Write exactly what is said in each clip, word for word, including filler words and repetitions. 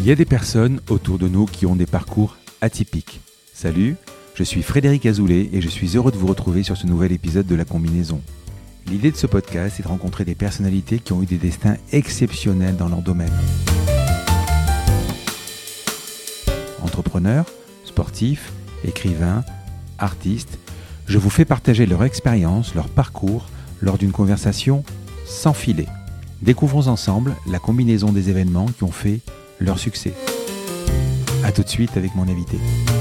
Il y a des personnes autour de nous qui ont des parcours atypiques. Salut, je suis Frédéric Azoulay et je suis heureux de vous retrouver sur ce nouvel épisode de La Combinaison. L'idée de ce podcast est de rencontrer des personnalités qui ont eu des destins exceptionnels dans leur domaine. Entrepreneurs, sportifs, écrivains, artistes, je vous fais partager leur expérience, leur parcours lors d'une conversation sans filet. Découvrons ensemble la combinaison des événements qui ont fait leur succès. A tout de suite avec mon invité.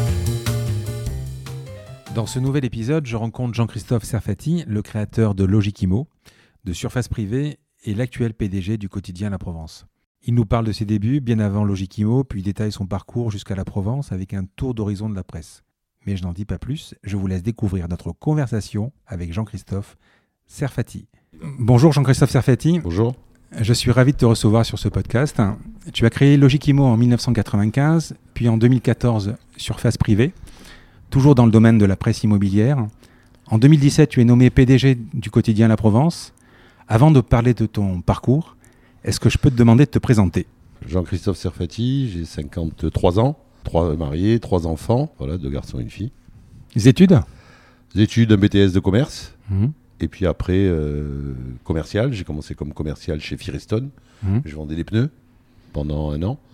Dans ce nouvel épisode, je rencontre Jean-Christophe Serfati, le créateur de Logikimo, de Surface Privée et l'actuel P D G du quotidien La Provence. Il nous parle de ses débuts bien avant Logikimo, puis détaille son parcours jusqu'à La Provence avec un tour d'horizon de la presse. Mais je n'en dis pas plus, je vous laisse découvrir notre conversation avec Jean-Christophe Serfati. Bonjour Jean-Christophe Serfati. Bonjour. Je suis ravi de te recevoir sur ce podcast. Tu as créé Logikimo en dix-neuf cent quatre-vingt-quinze, puis en deux mille quatorze Surface Privée, toujours dans le domaine de la presse immobilière. En deux mille dix-sept, tu es nommé P D G du quotidien La Provence. Avant de parler de ton parcours, est-ce que je peux te demander de te présenter ? Jean-Christophe Serfati, j'ai cinquante-trois ans, trois mariés, trois enfants, voilà, deux garçons et une fille. Les études ? Les études, un B T S de commerce. Mmh. Et puis après, euh, commercial. J'ai commencé comme commercial chez Firestone. Mmh. Je vendais des pneus pendant un an.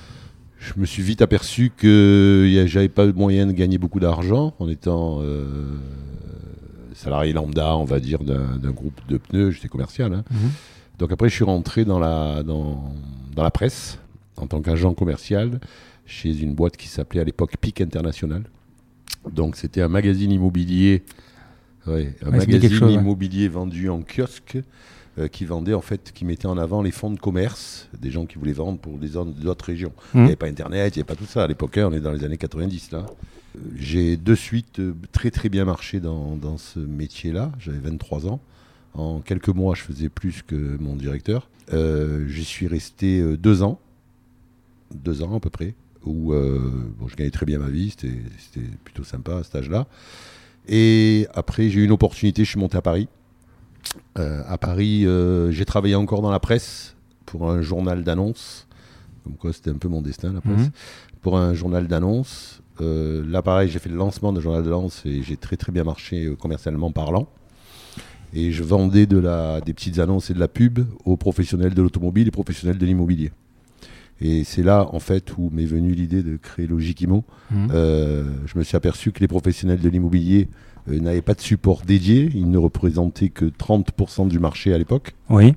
Je me suis vite aperçu que j'avais pas le moyen de gagner beaucoup d'argent en étant euh, salarié lambda, on va dire, d'un, d'un groupe de pneus. J'étais commercial. Hein. Mmh. Donc après, je suis rentré dans la, dans, dans la presse en tant qu'agent commercial chez une boîte qui s'appelait à l'époque Pic International. Donc c'était un magazine immobilier... Ouais, un ouais, magazine chose, immobilier ouais. vendu en kiosque euh, qui vendait en fait, qui mettait en avant les fonds de commerce des gens qui voulaient vendre pour les autres régions. Mmh. Il n'y avait pas internet, il n'y avait pas tout ça à l'époque. Hein, on est dans les années quatre-vingt-dix là. Euh, j'ai de suite euh, très très bien marché dans, dans ce métier-là. J'avais vingt-trois ans. En quelques mois, je faisais plus que mon directeur. Euh, j'y suis resté euh, deux ans, deux ans à peu près, où euh, bon, je gagnais très bien ma vie. C'était, c'était plutôt sympa à cet âge-là. Et après, j'ai eu une opportunité, je suis monté à Paris. Euh, à Paris, euh, j'ai travaillé encore dans la presse pour un journal d'annonces. Comme quoi, c'était un peu mon destin, la presse. Mmh. Pour un journal d'annonces. Euh, là, pareil, j'ai fait le lancement d'un journal d'annonces et j'ai très très bien marché euh, commercialement parlant. Et je vendais de la, des petites annonces et de la pub aux professionnels de l'automobile et professionnels de l'immobilier. Et c'est là, en fait, où m'est venue l'idée de créer Logikimo. Mmh. Euh, je me suis aperçu que les professionnels de l'immobilier euh, n'avaient pas de support dédié. Ils ne représentaient que trente pour cent du marché à l'époque. Oui.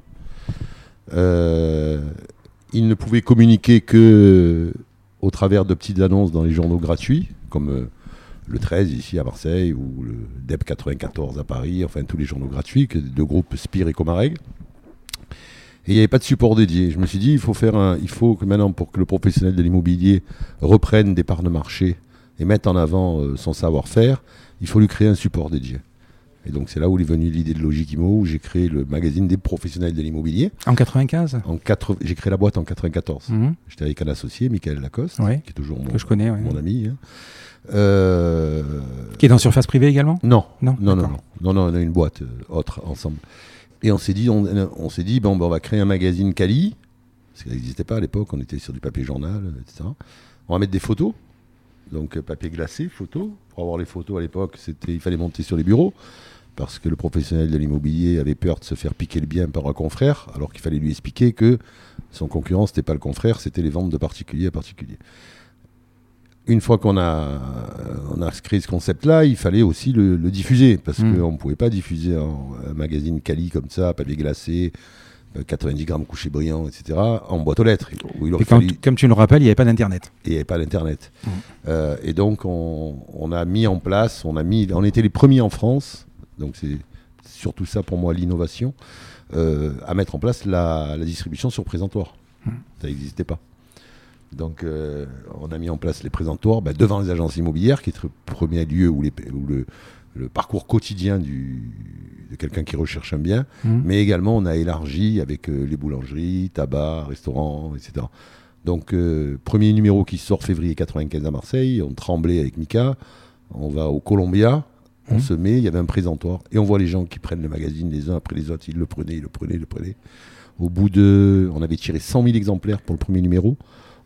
Euh, ils ne pouvaient communiquer que au travers de petites annonces dans les journaux gratuits, comme euh, le treize ici à Marseille ou le D E P quatre-vingt-quatorze à Paris, enfin tous les journaux gratuits de groupes Spire et Comareg. Et il n'y avait pas de support dédié. Je me suis dit, il faut faire un, il faut que maintenant, pour que le professionnel de l'immobilier reprenne des parts de marché et mette en avant euh, son savoir-faire, il faut lui créer un support dédié. Et donc c'est là où est venue l'idée de Logikimo, où j'ai créé le magazine des professionnels de l'immobilier. En quatre-vingt-quinze en quatre, J'ai créé la boîte en quatre-vingt-quatorze. Mmh. J'étais avec un associé, Michael Lacoste, ouais. qui est toujours mon, que je connais, ouais. mon ami. Hein. Euh... Qui est dans Surface Privée également ? Non, non, non, non, non, non, non, on a une boîte euh, autre ensemble. Et on s'est dit, on, on s'est dit, bon, ben on va créer un magazine quali, parce qu'il n'existait pas à l'époque, on était sur du papier journal, et cetera. On va mettre des photos, donc papier glacé, photos. Pour avoir les photos à l'époque, c'était, il fallait monter sur les bureaux, parce que le professionnel de l'immobilier avait peur de se faire piquer le bien par un confrère, alors qu'il fallait lui expliquer que son concurrent, c'était pas le confrère, c'était les ventes de particulier à particulier. Une fois qu'on a, on a créé ce concept-là, il fallait aussi le, le diffuser, parce mmh. qu'on ne pouvait pas diffuser un, un magazine quali comme ça, papier glacé, quatre-vingt-dix grammes couché brillant, et cetera, en boîte aux lettres. Où il et quand, fallu... Comme tu le rappelles, il n'y avait pas d'Internet. Et il n'y avait pas d'Internet. Mmh. Euh, et donc, on, on a mis en place, on, a mis, on était les premiers en France, donc c'est surtout ça pour moi l'innovation, euh, à mettre en place la, la distribution sur présentoir. Mmh. Ça n'existait pas. Donc, euh, on a mis en place les présentoirs bah, devant les agences immobilières, qui est le premier lieu où, les, où le, le parcours quotidien du, de quelqu'un qui recherche un bien. Mmh. Mais également, on a élargi avec euh, les boulangeries, tabac, restaurants, et cetera. Donc, euh, premier numéro qui sort février quatre-vingt-quinze à Marseille. On tremblait avec Mika. On va au Columbia. On mmh. se met. Il y avait un présentoir. Et on voit les gens qui prennent le magazine les uns après les autres. Ils le prenaient, ils le prenaient, ils le prenaient. Au bout de... On avait tiré cent mille exemplaires pour le premier numéro.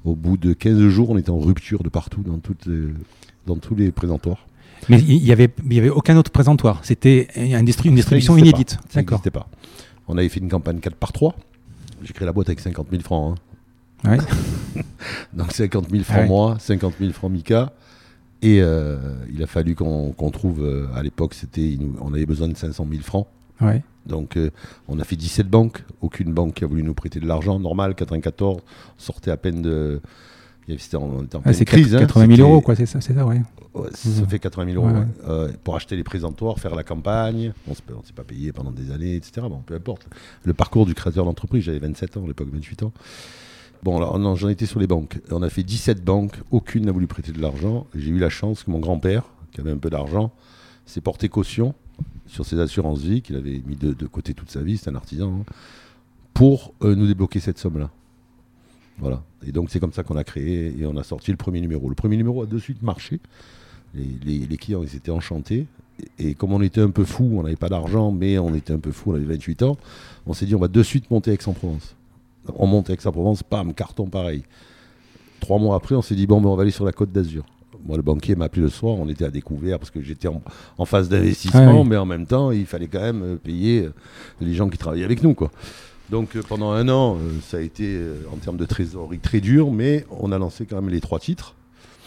Au bout de quinze jours, on était en rupture de partout, dans, toutes les, dans tous les présentoirs. Mais il n'y avait, il y avait aucun autre présentoir. C'était un distri- une distribution inédite. Pas. Ça n'existait pas. On avait fait une campagne quatre par trois. J'ai créé la boîte avec cinquante mille francs. Hein. Ouais. Donc cinquante mille francs ouais. moi, cinquante mille francs Mika. Et euh, il a fallu qu'on, qu'on trouve, euh, à l'époque, c'était, nous, on avait besoin de cinq cent mille francs. Ouais. Donc euh, on a fait dix-sept banques. Aucune banque qui a voulu nous prêter de l'argent. Normal, quatre-vingt-quatorze, on sortait à peine de... C'était en, en pleine ah, c'est crise. quatre-vingt mille euros, quoi, c'est ça, c'est ça, ouais. ouais ça mmh. fait quatre-vingt mille euros ouais. Ouais. Euh, pour acheter les présentoirs, faire la campagne. On ne s'est pas payé pendant des années, et cetera. Bon, peu importe. Le parcours du créateur d'entreprise, j'avais vingt-sept ans à l'époque, vingt-huit ans. Bon, alors non, j'en étais sur les banques. On a fait dix-sept banques, aucune n'a voulu prêter de l'argent. J'ai eu la chance que mon grand-père, qui avait un peu d'argent, s'est porté caution sur ses assurances vie, qu'il avait mis de, de côté toute sa vie, c'est un artisan, hein, pour euh, nous débloquer cette somme-là. Voilà. Et donc c'est comme ça qu'on a créé et on a sorti le premier numéro. Le premier numéro a de suite marché. Les, les, les clients ils étaient enchantés. Et, et comme on était un peu fous, on n'avait pas d'argent, mais on était un peu fous, on avait vingt-huit ans, on s'est dit on va de suite monter Aix-en-Provence. On monte Aix-en-Provence, pam, carton pareil. Trois mois après, on s'est dit bon, ben, on va aller sur la Côte d'Azur. Moi, le banquier m'a appelé le soir, on était à découvert parce que j'étais en, en phase d'investissement, ah oui. mais en même temps, il fallait quand même payer les gens qui travaillaient avec nous, quoi. Donc euh, pendant un an, euh, ça a été euh, en termes de trésorerie très dur, mais on a lancé quand même les trois titres.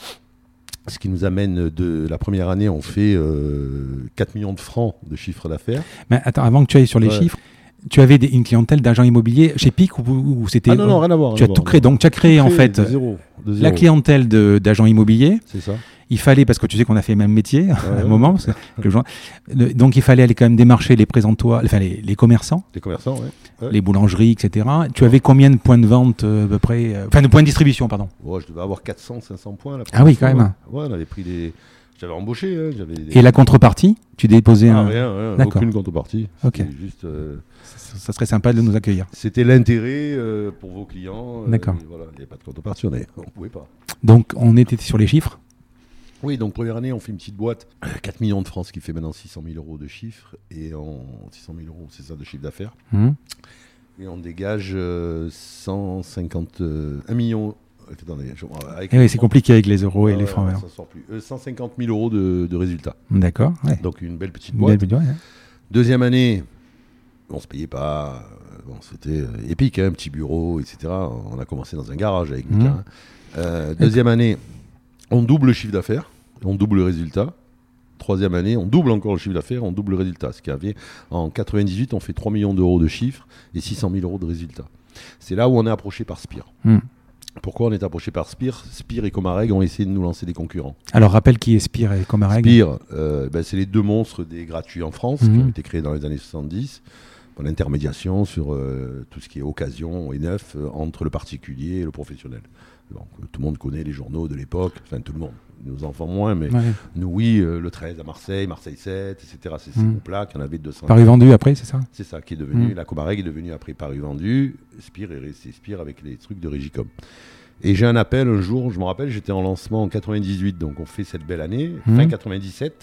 Ce qui nous amène de la première année, on fait euh, quatre millions de francs de chiffre d'affaires. Mais attends, avant que tu ailles sur les ouais. chiffres, tu avais des, une clientèle d'agents immobiliers chez P I C ou, ou c'était... Ah non, non, rien à voir. Tu as tout créé, donc tu as créé en fait de zéro, de zéro. La clientèle de, d'agents immobiliers. C'est ça. Il fallait, parce que tu sais qu'on a fait le même métier ouais, à un ouais. moment, parce que le joint, le, donc il fallait aller quand même démarcher les présentoirs, enfin les, les commerçants, les commerçants, ouais. Ouais. les boulangeries, et cetera. Tu avais combien de points de vente euh, à peu près, euh, enfin de points de distribution, pardon. Ouais, je devais avoir quatre cents, cinq cents points. Ah oui, quand même. Ouais, on avait pris des... J'avais embauché. Hein, j'avais des... Et la contrepartie, tu déposais ah, un... rien, rien, D'accord. Aucune contrepartie. Ok. Juste, euh... ça, ça serait sympa de nous accueillir. C'était l'intérêt euh, pour vos clients. Euh, D'accord. Voilà, il n'y avait pas de contrepartie, on ne pouvait pas. Donc on était sur les chiffres. Oui, donc première année, on fait une petite boîte, quatre millions de francs, ce qui fait maintenant six cent mille euros de chiffre, et en six cent mille euros, c'est ça, de chiffre d'affaires. Mmh. Et on dégage euh, cent cinquante, euh, un million. Attendez, je, avec et oui, c'est compliqué avec les euros ah, et les francs verts. Ça sort plus. Euh, cent cinquante mille euros de, de résultats. D'accord. Ouais. Donc une belle petite boîte. Belle, ouais. Deuxième année, on ne se payait pas. Bon, c'était épique, hein, petit bureau, et cetera. On a commencé dans un garage avec Mika. Mmh. Hein. Euh, deuxième année. On double le chiffre d'affaires, on double le résultat. Troisième année, on double encore le chiffre d'affaires, on double le résultat. Ce qui avait, en quatre-vingt-dix-huit, on fait trois millions d'euros de chiffre et six cent mille euros de résultat. C'est là où on est approché par Spire. Mm. Pourquoi on est approché par Spire ? Spire et Comareg ont essayé de nous lancer des concurrents. Alors rappelle qui est Spire et Comareg. Spire, euh, ben, c'est les deux monstres des gratuits en France, mm. qui ont été créés dans les années soixante-dix. Pour l'intermédiation sur euh, tout ce qui est occasion et neuf euh, entre le particulier et le professionnel. Donc, tout le monde connaît les journaux de l'époque, enfin tout le monde, nos enfants moins, mais ouais. nous oui, euh, le treize à Marseille, Marseille sept, et cetera. C'est ces mmh. groupes-là qui en avaient deux cents. Paru Vendu après, c'est ça ? C'est ça qui est devenu, mmh. la Comareg est devenue après Paru Vendu, Spire est resté Spire avec les trucs de Régicom. Et j'ai un appel un jour, je me rappelle, j'étais en lancement en quatre-vingt-dix-huit, donc on fait cette belle année, mmh. fin quatre-vingt-dix-sept,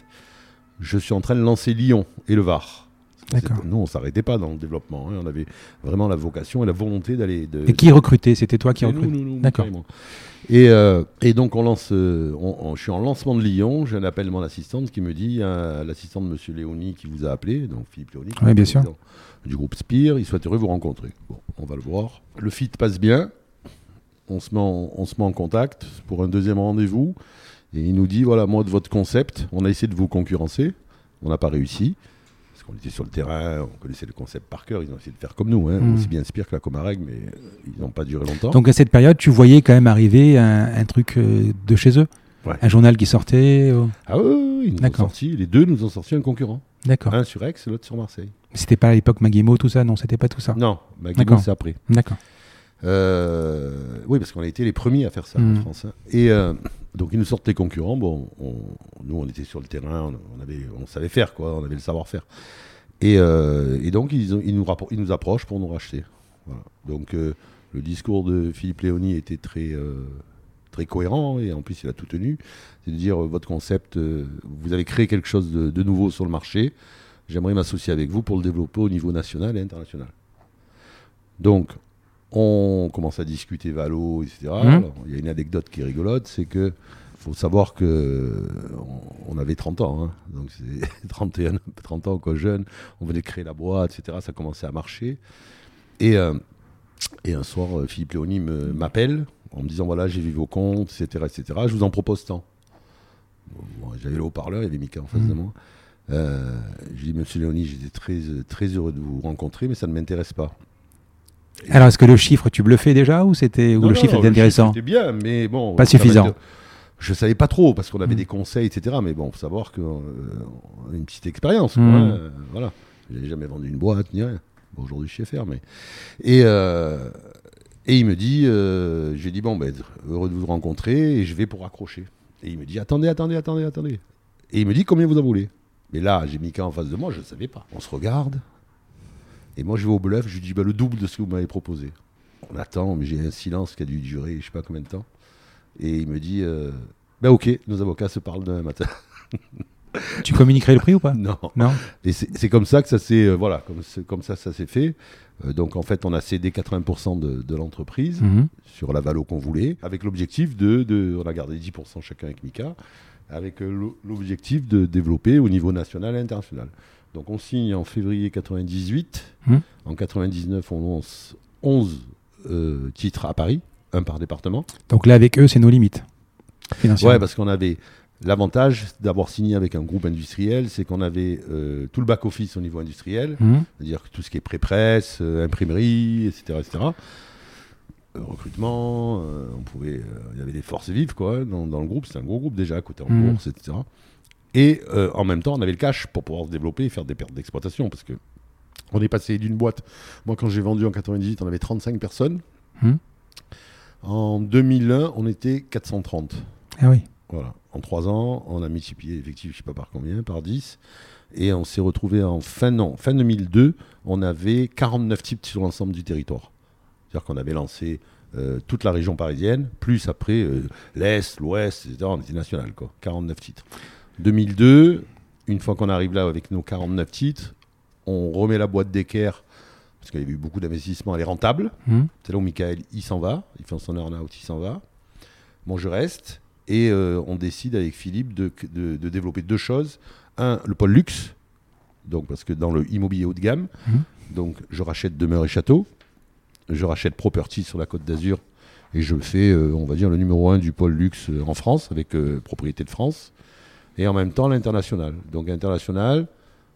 je suis en train de lancer Lyon et le Var. D'accord. Nous, on ne s'arrêtait pas dans le développement. Hein. On avait vraiment la vocation et la volonté d'aller... De... Et qui recrutait ? C'était toi qui recrutais ? Nous, nous, nous, D'accord. Et, euh, et donc, on lance, euh, on, on, je suis en lancement de Lyon. J'ai un appel de mon assistante qui me dit, euh, l'assistant de M. Léoni qui vous a appelé, donc Philippe Léoni, oui, bien sûr. Du groupe Spire, il souhaiterait vous rencontrer. Bon, on va le voir. Le fit passe bien. On se met en, on se met en contact pour un deuxième rendez-vous. Et il nous dit, voilà, moi, de votre concept, on a essayé de vous concurrencer. On n'a pas réussi. On était sur le terrain, on connaissait le concept par cœur, ils ont essayé de faire comme nous, hein, mmh. aussi bien Spire que la Comareg, mais euh, ils n'ont pas duré longtemps. Donc à cette période, tu voyais quand même arriver un, un truc euh, de chez eux, ouais. Un journal qui sortait euh... Ah oui, oui, ils nous D'accord. ont sorti, les deux nous ont sorti un concurrent. D'accord. Un sur Aix et l'autre sur Marseille. Mais c'était pas à l'époque Maguimo, tout ça, non, c'était pas tout ça. Non, Maguimo c'est après. D'accord. Euh, oui, parce qu'on a été les premiers à faire ça mmh. en France. Hein. Et euh, donc ils nous sortent les concurrents. Bon, on, nous on était sur le terrain, on, on, avait, on savait faire quoi, on avait le savoir-faire. Et, euh, et donc ils, ont, ils, nous rappro- ils nous approchent pour nous racheter. Voilà. Donc euh, le discours de Philippe Léoni était très, euh, très cohérent et en plus il a tout tenu. C'est de dire euh, votre concept, euh, vous avez créé quelque chose de, de nouveau sur le marché. J'aimerais m'associer avec vous pour le développer au niveau national et international. Donc On commence à discuter valo, et cetera. Mmh. Alors, il y a une anecdote qui est rigolote, c'est que faut savoir que on avait trente ans, hein, donc c'est trente et un, trente ans, quoi, jeune. On venait de créer la boîte, et cetera. Ça commençait à marcher. Et, euh, et un soir, Philippe Léoni me, m'appelle en me disant voilà, j'ai vu vos comptes, et cetera, et cetera. Je vous en propose tant. Bon, j'avais le haut-parleur, il y avait Mika en face mmh. de moi. Euh, je dis monsieur Léoni, j'étais très, très heureux de vous rencontrer, mais ça ne m'intéresse pas. Et alors, est-ce que le chiffre, tu bluffais déjà ou, c'était, non, ou le non, chiffre non, était intéressant? C'était bien, mais bon. Pas suffisant. Je ne savais pas trop parce qu'on avait mmh. des conseils, et cetera. Mais bon, il faut savoir qu'on euh, a une petite expérience. Mmh. Euh, voilà. Je n'avais jamais vendu une boîte ni rien. Bon, aujourd'hui, je sais faire. Mais... Et, euh, et il me dit, euh, j'ai dit, bon, ben, heureux de vous rencontrer et je vais pour accrocher. Et il me dit, attendez, attendez, attendez, attendez. Et il me dit, combien vous en voulez? Mais là, j'ai Mika en face de moi, je ne savais pas. On se regarde. Et moi, je vais au bluff, je lui dis, ben, le double de ce que vous m'avez proposé. On attend, mais j'ai un silence qui a dû durer, je ne sais pas combien de temps. Et il me dit, euh, ben ok, nos avocats se parlent demain matin. Tu communiquerais le prix ou pas? Non. Non. Et c'est, c'est comme ça que ça s'est, euh, voilà, comme, comme ça, ça s'est fait. Euh, donc en fait, on a cédé quatre-vingts pour cent de, de l'entreprise mmh. sur la valo qu'on voulait, avec l'objectif de, de, on a gardé dix pour cent chacun avec Mika, avec euh, l'objectif de développer au niveau national et international. Donc on signe en février quatre-vingt-dix-huit. Mmh. En quatre-vingt-dix-neuf, on lance onze euh, titres à Paris. Un par département. Donc là, avec eux, c'est nos limites financières. Ouais, parce qu'on avait l'avantage d'avoir signé avec un groupe industriel, c'est qu'on avait euh, tout le back-office au niveau industriel, mmh. c'est-à-dire tout ce qui est pré-presse, euh, imprimerie, et cetera, et cetera. Euh, recrutement, euh, on pouvait, il euh, y avait des forces vives quoi, dans, dans le groupe, c'était un gros groupe déjà, côté en mmh. bourse, et cetera. Et euh, en même temps, on avait le cash pour pouvoir se développer et faire des pertes d'exploitation, parce que on est passé d'une boîte. Moi, quand j'ai vendu en quatre-vingt-dix-huit, on avait trente-cinq personnes. Mmh. En deux mille un, on était quatre cent trente. Ah oui. Voilà. En trois ans, on a multiplié l'effectif, je ne sais pas par combien, par dix. Et on s'est retrouvé en fin, non, fin deux mille deux, on avait quarante-neuf types sur l'ensemble du territoire. C'est-à-dire qu'on avait lancé euh, toute la région parisienne, plus après euh, l'Est, l'Ouest, et cetera. On était national, quoi. quarante-neuf titres. deux mille deux, une fois qu'on arrive là avec nos quarante-neuf titres, on remet la boîte d'équerre. Parce qu'il y a eu beaucoup d'investissements, elle est rentable. Mmh. C'est là où Michael, il s'en va, il fait son earn-out, il s'en va. Moi, je reste. Et euh, on décide avec Philippe de, de, de développer deux choses. Un, le pôle luxe, donc parce que dans le immobilier haut de gamme, mmh. donc je rachète demeures et châteaux, je rachète Property sur la Côte d'Azur, et je fais, euh, on va dire, le numéro un du pôle luxe en France, avec euh, Propriété de France. Et en même temps, l'international. Donc, international...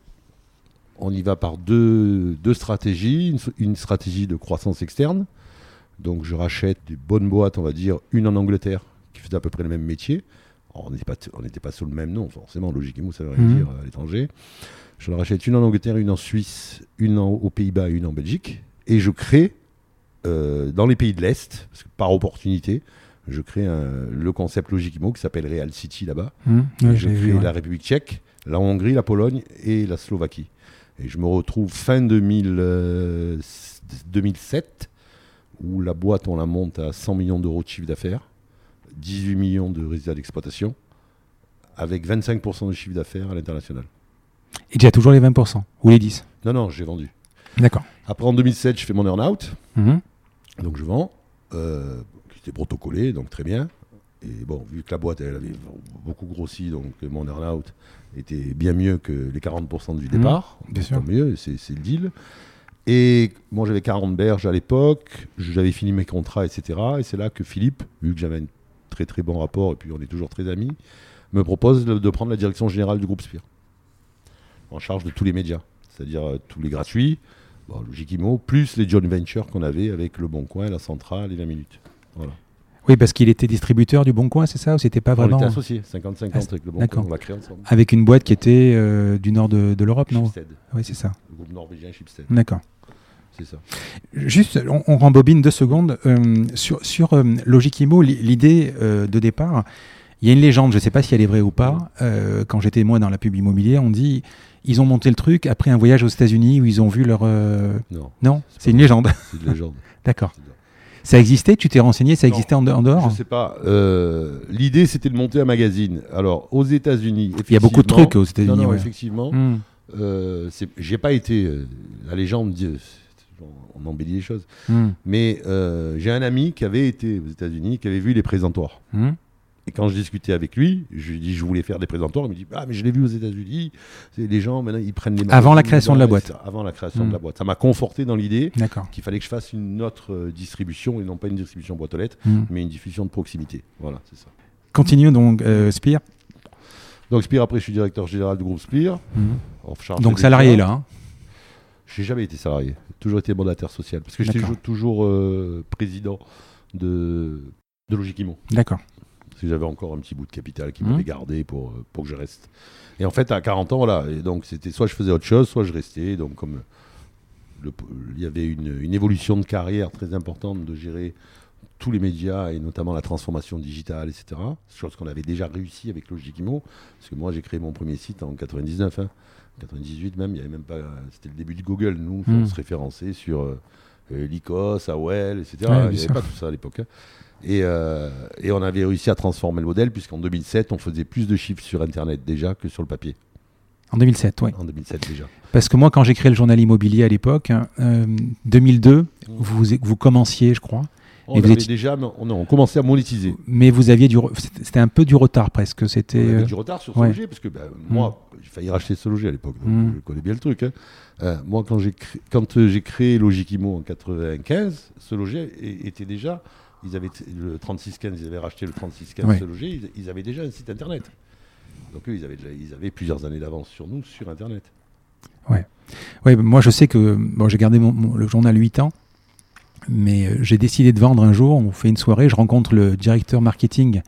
On y va par deux, deux stratégies. Une, une stratégie de croissance externe. Donc, je rachète des bonnes boîtes, on va dire, une en Angleterre, qui faisait à peu près le même métier. Alors, on n'était pas, on n'était pas sous le même nom, forcément. Logiquement, ça veut rien mmh. dire à l'étranger. Je rachète une en Angleterre, une en Suisse, une en, aux Pays-Bas et une en Belgique. Et je crée, euh, dans les pays de l'Est, parce que par opportunité, je crée un, le concept Logikimo qui s'appelle Real City là-bas. Mmh. Ouais, je crée vu, ouais. la République tchèque, la Hongrie, la Pologne et la Slovaquie. Et je me retrouve fin deux mille, euh, deux mille sept, où la boîte, on la monte à cent millions d'euros de chiffre d'affaires, dix-huit millions de résultats d'exploitation, avec vingt-cinq pour cent de chiffre d'affaires à l'international. Et tu as toujours les vingt pour cent ou les dix? Non, non, j'ai vendu. D'accord. Après, en deux mille sept, je fais mon earn-out. Mmh. Donc, je vends, euh, qui était protocolé, donc très bien. Et bon, vu que la boîte, elle avait beaucoup grossi, donc mon earn-out était bien mieux que les quarante pour cent du départ. Mmh, bien sûr. Mieux, c'est, c'est le deal. Et moi, j'avais quarante berges à l'époque, j'avais fini mes contrats, et cetera. Et c'est là que Philippe, vu que j'avais un très très bon rapport, et puis on est toujours très amis, me propose de, de prendre la direction générale du groupe Spire, en charge de tous les médias, c'est-à-dire euh, tous les gratuits, bon, Logikimo, plus les joint ventures qu'on avait avec Le Bon Coin, La Centrale et vingt minutes. Voilà. Oui, parce qu'il était distributeur du Bon Coin, c'est ça? Ou c'était pas vraiment... On était associés, cinquante cinquante ah, avec Le Bon Coin, on l'a créé ensemble. Avec une boîte qui était euh, du nord de, de l'Europe, non? Schibsted. Oui, c'est ça. Le groupe norvégien Schibsted. D'accord. C'est ça. Juste, on, on rembobine deux secondes. Euh, sur sur euh, Logikimo, l'idée euh, de départ, il y a une légende, je ne sais pas si elle est vraie ou pas. Euh, quand j'étais moi dans la pub immobilier, on dit ils ont monté le truc après un voyage aux États-Unis où ils ont vu leur. Euh... Non. Non, c'est, c'est une légende. C'est une légende. D'accord. Ça existait? Tu t'es renseigné? Ça existait en, en dehors? Je ne sais pas. Euh, l'idée, c'était de monter un magazine. Alors, aux États-Unis, il y a beaucoup de trucs aux États-Unis. Non, non, ouais. effectivement. Mm. Euh, c'est, j'y ai pas été. Euh, la légende dit, on embellit les choses. Mmh. Mais euh, j'ai un ami qui avait été aux États-Unis, qui avait vu les présentoirs. Mmh. Et quand je discutais avec lui, je lui dis je voulais faire des présentoirs. Il me dit ah mais je l'ai vu aux États-Unis. C'est les gens maintenant ils prennent les avant la création de la boîte. Avant la création mmh. de la boîte. Ça m'a conforté dans l'idée D'accord. qu'il fallait que je fasse une autre euh, distribution et non pas une distribution boîte aux lettres, mmh. mais une diffusion de proximité. Voilà, c'est ça. Continue donc euh, Spire. Donc Spire, après je suis directeur général du groupe Spire. Mmh. Donc salarié là. Hein. J'ai jamais été salarié. J'ai toujours été mandataire social parce que j'étais toujours, toujours euh, président de de Logikimo. D'accord. Parce que j'avais encore un petit bout de capital qui mmh. m'avait gardé pour, pour que je reste. Et en fait, à quarante ans, voilà. Et donc, c'était soit je faisais autre chose, soit je restais. Donc, comme le, il y avait une, une évolution de carrière très importante de gérer tous les médias et notamment la transformation digitale, et cetera. Chose qu'on avait déjà réussi avec Logikimo. Parce que moi, j'ai créé mon premier site en quatre-vingt-dix-neuf, hein, quatre-vingt-dix-huit même. Il y avait même pas. C'était le début de Google. Nous, mmh. on se référençait sur euh, Lycos, A O L, et cetera. Ouais, il n'y avait pas tout ça à l'époque. Hein. Et, euh, et on avait réussi à transformer le modèle puisqu'en deux mille sept, on faisait plus de chiffres sur Internet déjà que sur le papier. En deux mille sept, oui. En deux mille sept déjà. Parce que moi, quand j'ai créé le journal immobilier à l'époque, hein, euh, deux mille deux, mmh. vous, vous commenciez, je crois. On avait étiez... déjà, on, on commençait à monétiser. Mais vous aviez du, c'était un peu du retard presque. C'était. On avait du retard sur Sologer ouais. parce que ben, mmh. moi, j'ai failli racheter Sologer à l'époque, donc mmh. je connais bien le truc. Hein. Euh, moi, quand j'ai créé, quand euh, j'ai créé Logikimo en quatre-vingt-quinze, Sologer était déjà. Ils avaient t- le trente-six quinze, ils avaient racheté le trente-six quinze ouais. Sologer, ils, ils avaient déjà un site internet. Donc eux, ils avaient, déjà, ils avaient plusieurs années d'avance sur nous sur internet. Ouais. Ouais, moi je sais que bon, j'ai gardé mon, mon, le journal huit ans, mais euh, j'ai décidé de vendre un jour. On fait une soirée, je rencontre le directeur marketing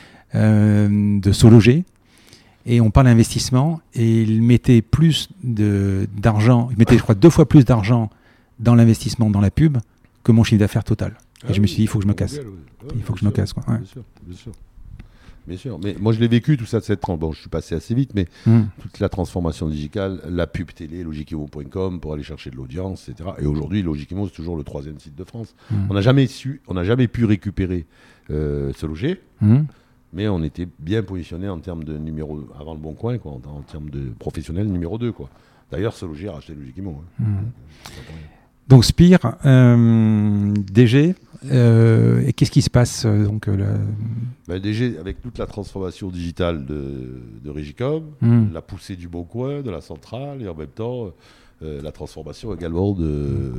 euh, de Sologer et on parle investissement et il mettait plus de, d'argent, il mettait je crois deux fois plus d'argent dans l'investissement dans la pub que mon chiffre d'affaires total. Et ah je me suis dit, il faut que je me casse. Mondial, oui. ouais, il faut que je me casse. Quoi. Ouais. Bien sûr, bien sûr. Bien sûr. Mais moi, je l'ai vécu, tout ça de cette trans. Bon, je suis passé assez vite, mais mmh. toute la transformation digitale, la pub télé, logikimo point com pour aller chercher de l'audience, et cetera. Et aujourd'hui, Logikimo, c'est toujours le troisième site de France. Mmh. On n'a jamais su, on n'a jamais pu récupérer euh, Sologer, mmh. mais on était bien positionné en termes de numéro, avant le Bon Coin, quoi, en, en termes de professionnel numéro deux. Quoi. D'ailleurs, Sologer a racheté Logikimo. Hein. Mmh. Donc Spire, euh, D G, euh, et qu'est-ce qui se passe euh, donc euh, là... ben, D G avec toute la transformation digitale de, de Régicom, mm. la poussée du Bon Coin, de la centrale, et en même temps euh, la transformation également de,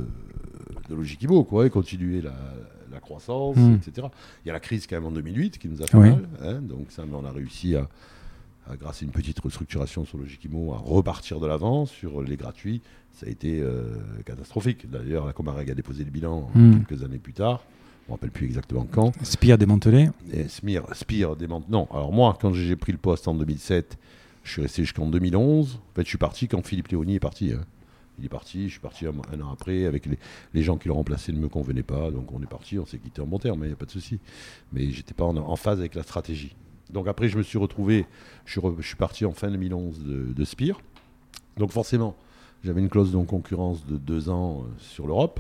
de Logikimo, quoi, et continuer la, la croissance, mm. et cetera. Il y a la crise quand même en deux mille huit qui nous a fait oui. mal, hein, donc ça, mais on a réussi à, à, grâce à une petite restructuration sur Logikimo, à repartir de l'avant sur les gratuits. Ça a été euh, catastrophique. D'ailleurs, la Comareg a déposé le bilan mmh. quelques années plus tard. On ne rappelle plus exactement quand. Spire démantelé. Et Spire, Spire démantelé. Non, alors moi, quand j'ai pris le poste en deux mille sept, je suis resté jusqu'en deux mille onze. En fait, je suis parti quand Philippe Léoni est parti. Hein. Il est parti, je suis parti un, un an après. Avec les, les gens qui l'ont remplacé ne me convenaient pas. Donc on est parti, on s'est quitté en bon terme, il n'y a pas de souci. Mais je n'étais pas en, en phase avec la stratégie. Donc après, je me suis retrouvé, je suis, re, je suis parti en fin deux mille onze de, de Spire. Donc forcément, j'avais une clause de non-concurrence de deux ans euh, sur l'Europe,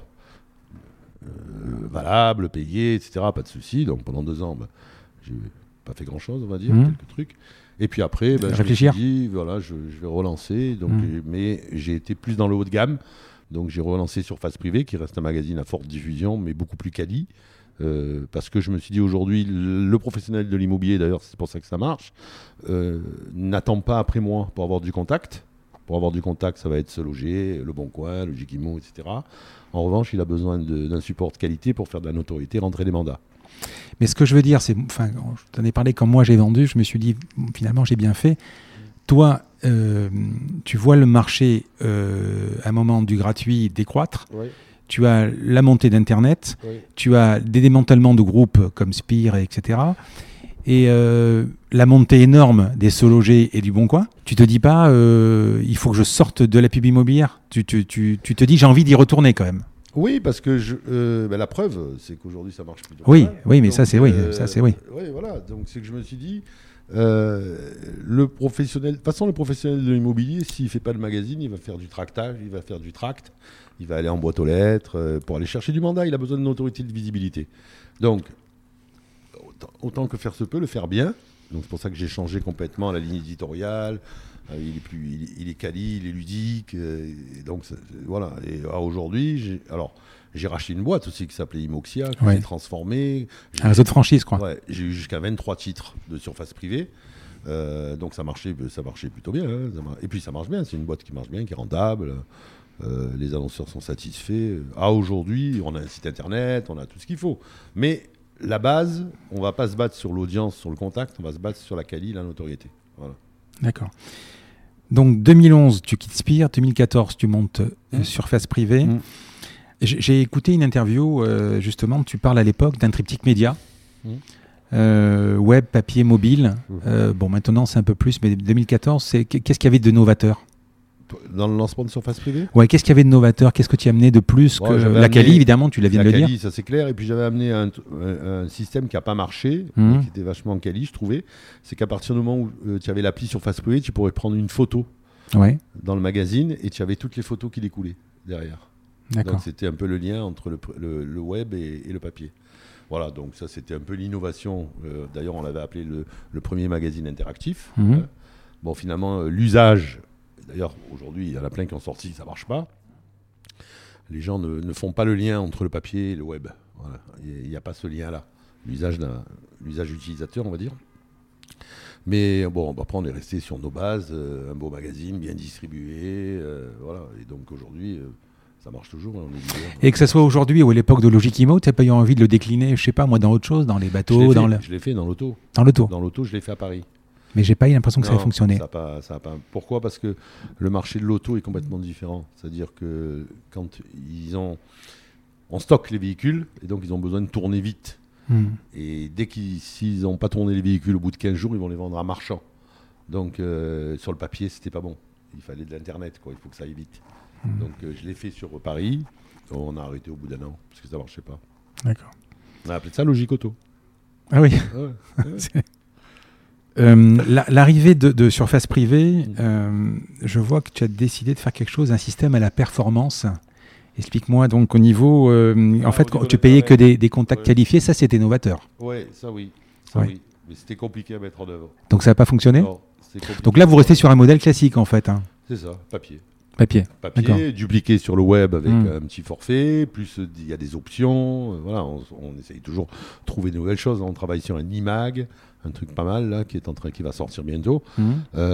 euh, valable, payée, et cetera. Pas de souci. Donc pendant deux ans, bah, j'ai pas fait grand-chose, on va dire, mmh. quelques trucs. Et puis après, bah, je me suis dit, voilà, je, je vais relancer. Donc, mmh. Mais j'ai été plus dans le haut de gamme. Donc j'ai relancé Surface Privée, qui reste un magazine à forte diffusion, mais beaucoup plus quali. Euh, parce que je me suis dit aujourd'hui, le, le professionnel de l'immobilier, d'ailleurs, c'est pour ça que ça marche, euh, n'attend pas après moi pour avoir du contact. Pour avoir du contact, ça va être Sologer, Le Bon Coin, Logikimo, et cetera. En revanche, il a besoin de, d'un support de qualité pour faire de la notoriété, rentrer des mandats. Mais ce que je veux dire, c'est, enfin, je t'en ai parlé quand moi j'ai vendu, je me suis dit, finalement, j'ai bien fait. Toi, euh, tu vois le marché, euh, à un moment du gratuit, décroître. Oui. Tu as la montée d'Internet, oui. tu as des démantèlements de groupes comme Spire, et cetera. Et euh, la montée énorme des Sologer et du Bon Coin, tu te dis pas, euh, il faut que je sorte de la pub immobilière. Tu, tu, tu, tu te dis, j'ai envie d'y retourner quand même. Oui, parce que je, euh, bah, la preuve, c'est qu'aujourd'hui, ça marche plus. Oui, oui, mais donc, ça, c'est oui, euh, ça, c'est oui. Oui, voilà. Donc, c'est que je me suis dit, euh, le professionnel, de toute façon, le professionnel de l'immobilier, s'il fait pas de magazine, il va faire du tractage, il va faire du tract, il va aller en boîte aux lettres euh, pour aller chercher du mandat. Il a besoin d'une autorité de visibilité. Donc, autant que faire se peut, le faire bien, Donc c'est pour ça que j'ai changé complètement la ligne éditoriale. Euh, il est plus, il, il est quali, il est ludique. Euh, et donc c'est, voilà. Et ah, aujourd'hui, j'ai, alors j'ai racheté une boîte aussi qui s'appelait Imoxia, que ouais. j'ai transformée. J'ai un réseau de franchise, quoi. Ouais, j'ai eu jusqu'à vingt-trois titres de surface privée. Euh, donc ça marchait, ça marchait plutôt bien. Hein, ça mar... Et puis ça marche bien. C'est une boîte qui marche bien, qui est rentable. Euh, les annonceurs sont satisfaits. Ah, aujourd'hui, on a un site internet, on a tout ce qu'il faut. Mais la base, on ne va pas se battre sur l'audience, sur le contact, on va se battre sur la quali, la notoriété. Voilà. D'accord. Donc deux mille onze, tu quittes Spire, deux mille quatorze, tu montes mmh. Surface Privée. Mmh. J'ai écouté une interview, euh, justement, tu parles à l'époque d'un triptyque média. Mmh. Euh, web, papier, mobile. Mmh. Euh, bon, maintenant c'est un peu plus, mais deux mille quatorze, c'est... qu'est-ce qu'il y avait de novateur ? Dans le lancement de Surface Privée ? Ouais, qu'est-ce qu'il y avait de novateur ? Qu'est-ce que tu as amené de plus que ouais, la quali, évidemment, tu l'as viens de le dire. La quali, ça c'est clair. Et puis j'avais amené un, un, un système qui n'a pas marché, mmh. qui était vachement quali, je trouvais. C'est qu'à partir du moment où euh, tu avais l'appli Surface Privée, tu pourrais prendre une photo ouais. dans le magazine et tu avais toutes les photos qui découlaient derrière. D'accord. Donc c'était un peu le lien entre le, le, le web et, et le papier. Voilà, donc ça c'était un peu l'innovation. Euh, d'ailleurs, on l'avait appelé le, le premier magazine interactif. Mmh. Hein. Bon, finalement, euh, l'usage... D'ailleurs, aujourd'hui, il y en a plein qui ont sorti, ça ne marche pas. Les gens ne, ne font pas le lien entre le papier et le web. Voilà. Il n'y a pas ce lien-là. L'usage, d'un, l'usage utilisateur, on va dire. Mais bon, après, on est resté sur nos bases. Euh, un beau magazine, bien distribué. Euh, voilà. Et donc, aujourd'hui, euh, ça marche toujours. On est leader. Et que ce soit aujourd'hui ou à l'époque de Logikimo, tu n'as pas eu envie de le décliner, je ne sais pas, moi, dans autre chose, dans les bateaux je dans fait, le... Je l'ai fait dans l'auto. Dans l'auto. Dans l'auto, je l'ai fait à Paris. Mais j'ai pas eu l'impression que non, ça a fonctionné. Ça a pas, ça a pas. Pourquoi ? Parce que le marché de l'auto est complètement différent. C'est-à-dire que quand ils ont, on stocke les véhicules et donc ils ont besoin de tourner vite. Mmh. Et dès qu'ils, s'ils n'ont pas tourné les véhicules au bout de quinze jours, ils vont les vendre à marchand. Donc euh, sur le papier, c'était pas bon. Il fallait de l'internet, quoi. Il faut que ça aille vite. Mmh. Donc euh, je l'ai fait sur Paris. On a arrêté au bout d'un an parce que ça marchait pas. D'accord. On a appelé ça Logic Auto. Ah oui. Ouais, ouais. Euh, la, l'arrivée de, de Surface Privée, euh, je vois que tu as décidé de faire quelque chose, un système à la performance. Explique-moi donc au niveau, euh, ah, en fait, niveau tu payais que des, des contacts ouais. qualifiés, ça c'était novateur. Oui, ça oui, ça ouais. oui, mais c'était compliqué à mettre en œuvre. Donc ça n'a pas fonctionné ? Non, donc là vous restez sur un modèle classique en fait. Hein. C'est ça, papier. Papier. Papier, D'accord. dupliqué sur le web avec mmh. un petit forfait, plus il y a des options. Euh, voilà, on, on essaye toujours de trouver de nouvelles choses. On travaille sur un iMag, un truc pas mal là, qui est en train, qui va sortir bientôt. Mmh.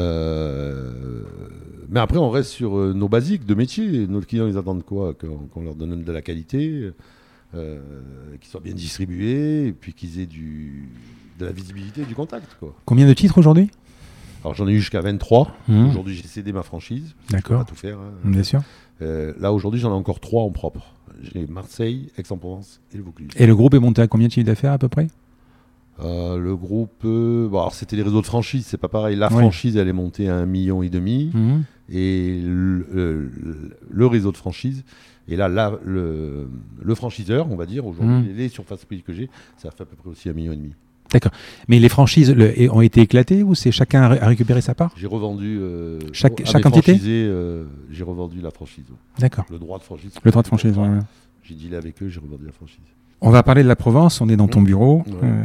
Euh, mais après, on reste sur euh, nos basiques de métier. Nos clients, ils attendent quoi ? Qu'on, qu'on leur donne de la qualité, euh, qu'ils soient bien distribués, et puis qu'ils aient du, de la visibilité, du contact, quoi. Combien de titres aujourd'hui ? Alors j'en ai eu jusqu'à vingt-trois. Mmh. Aujourd'hui, j'ai cédé ma franchise. D'accord. Je peux pas tout faire. Hein. Bien sûr. Euh, là, aujourd'hui, j'en ai encore trois en propre. J'ai Marseille, Aix-en-Provence et le Vaucluse. Et le groupe est monté à combien de chiffre d'affaires à peu près ? euh, Le groupe, euh, bon, alors c'était les réseaux de franchise, c'est pas pareil. La oui. franchise, elle est montée à un million et demi. Mmh. Et le, le, le réseau de franchise, et là, là le, le franchiseur, on va dire, aujourd'hui, mmh. les surfaces prix que j'ai, ça fait à peu près aussi un million et demi. D'accord. Mais les franchises le, ont été éclatées ou c'est chacun a récupéré sa part ? J'ai revendu. Euh, chaque chaque entité euh, J'ai revendu la franchise. D'accord. Le droit de franchise. Le droit de franchise, oui. Ouais. J'ai dealé avec eux, j'ai revendu la franchise. On va parler de la Provence, on est dans ton bureau. Ouais. Euh,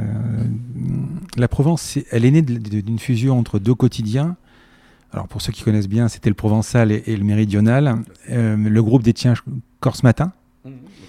la Provence, c'est, elle est née de, de, d'une fusion entre deux quotidiens. Alors pour ceux qui connaissent bien, c'était le Provençal et, et le Méridional. Euh, le groupe détient Corse Matin. Mmh.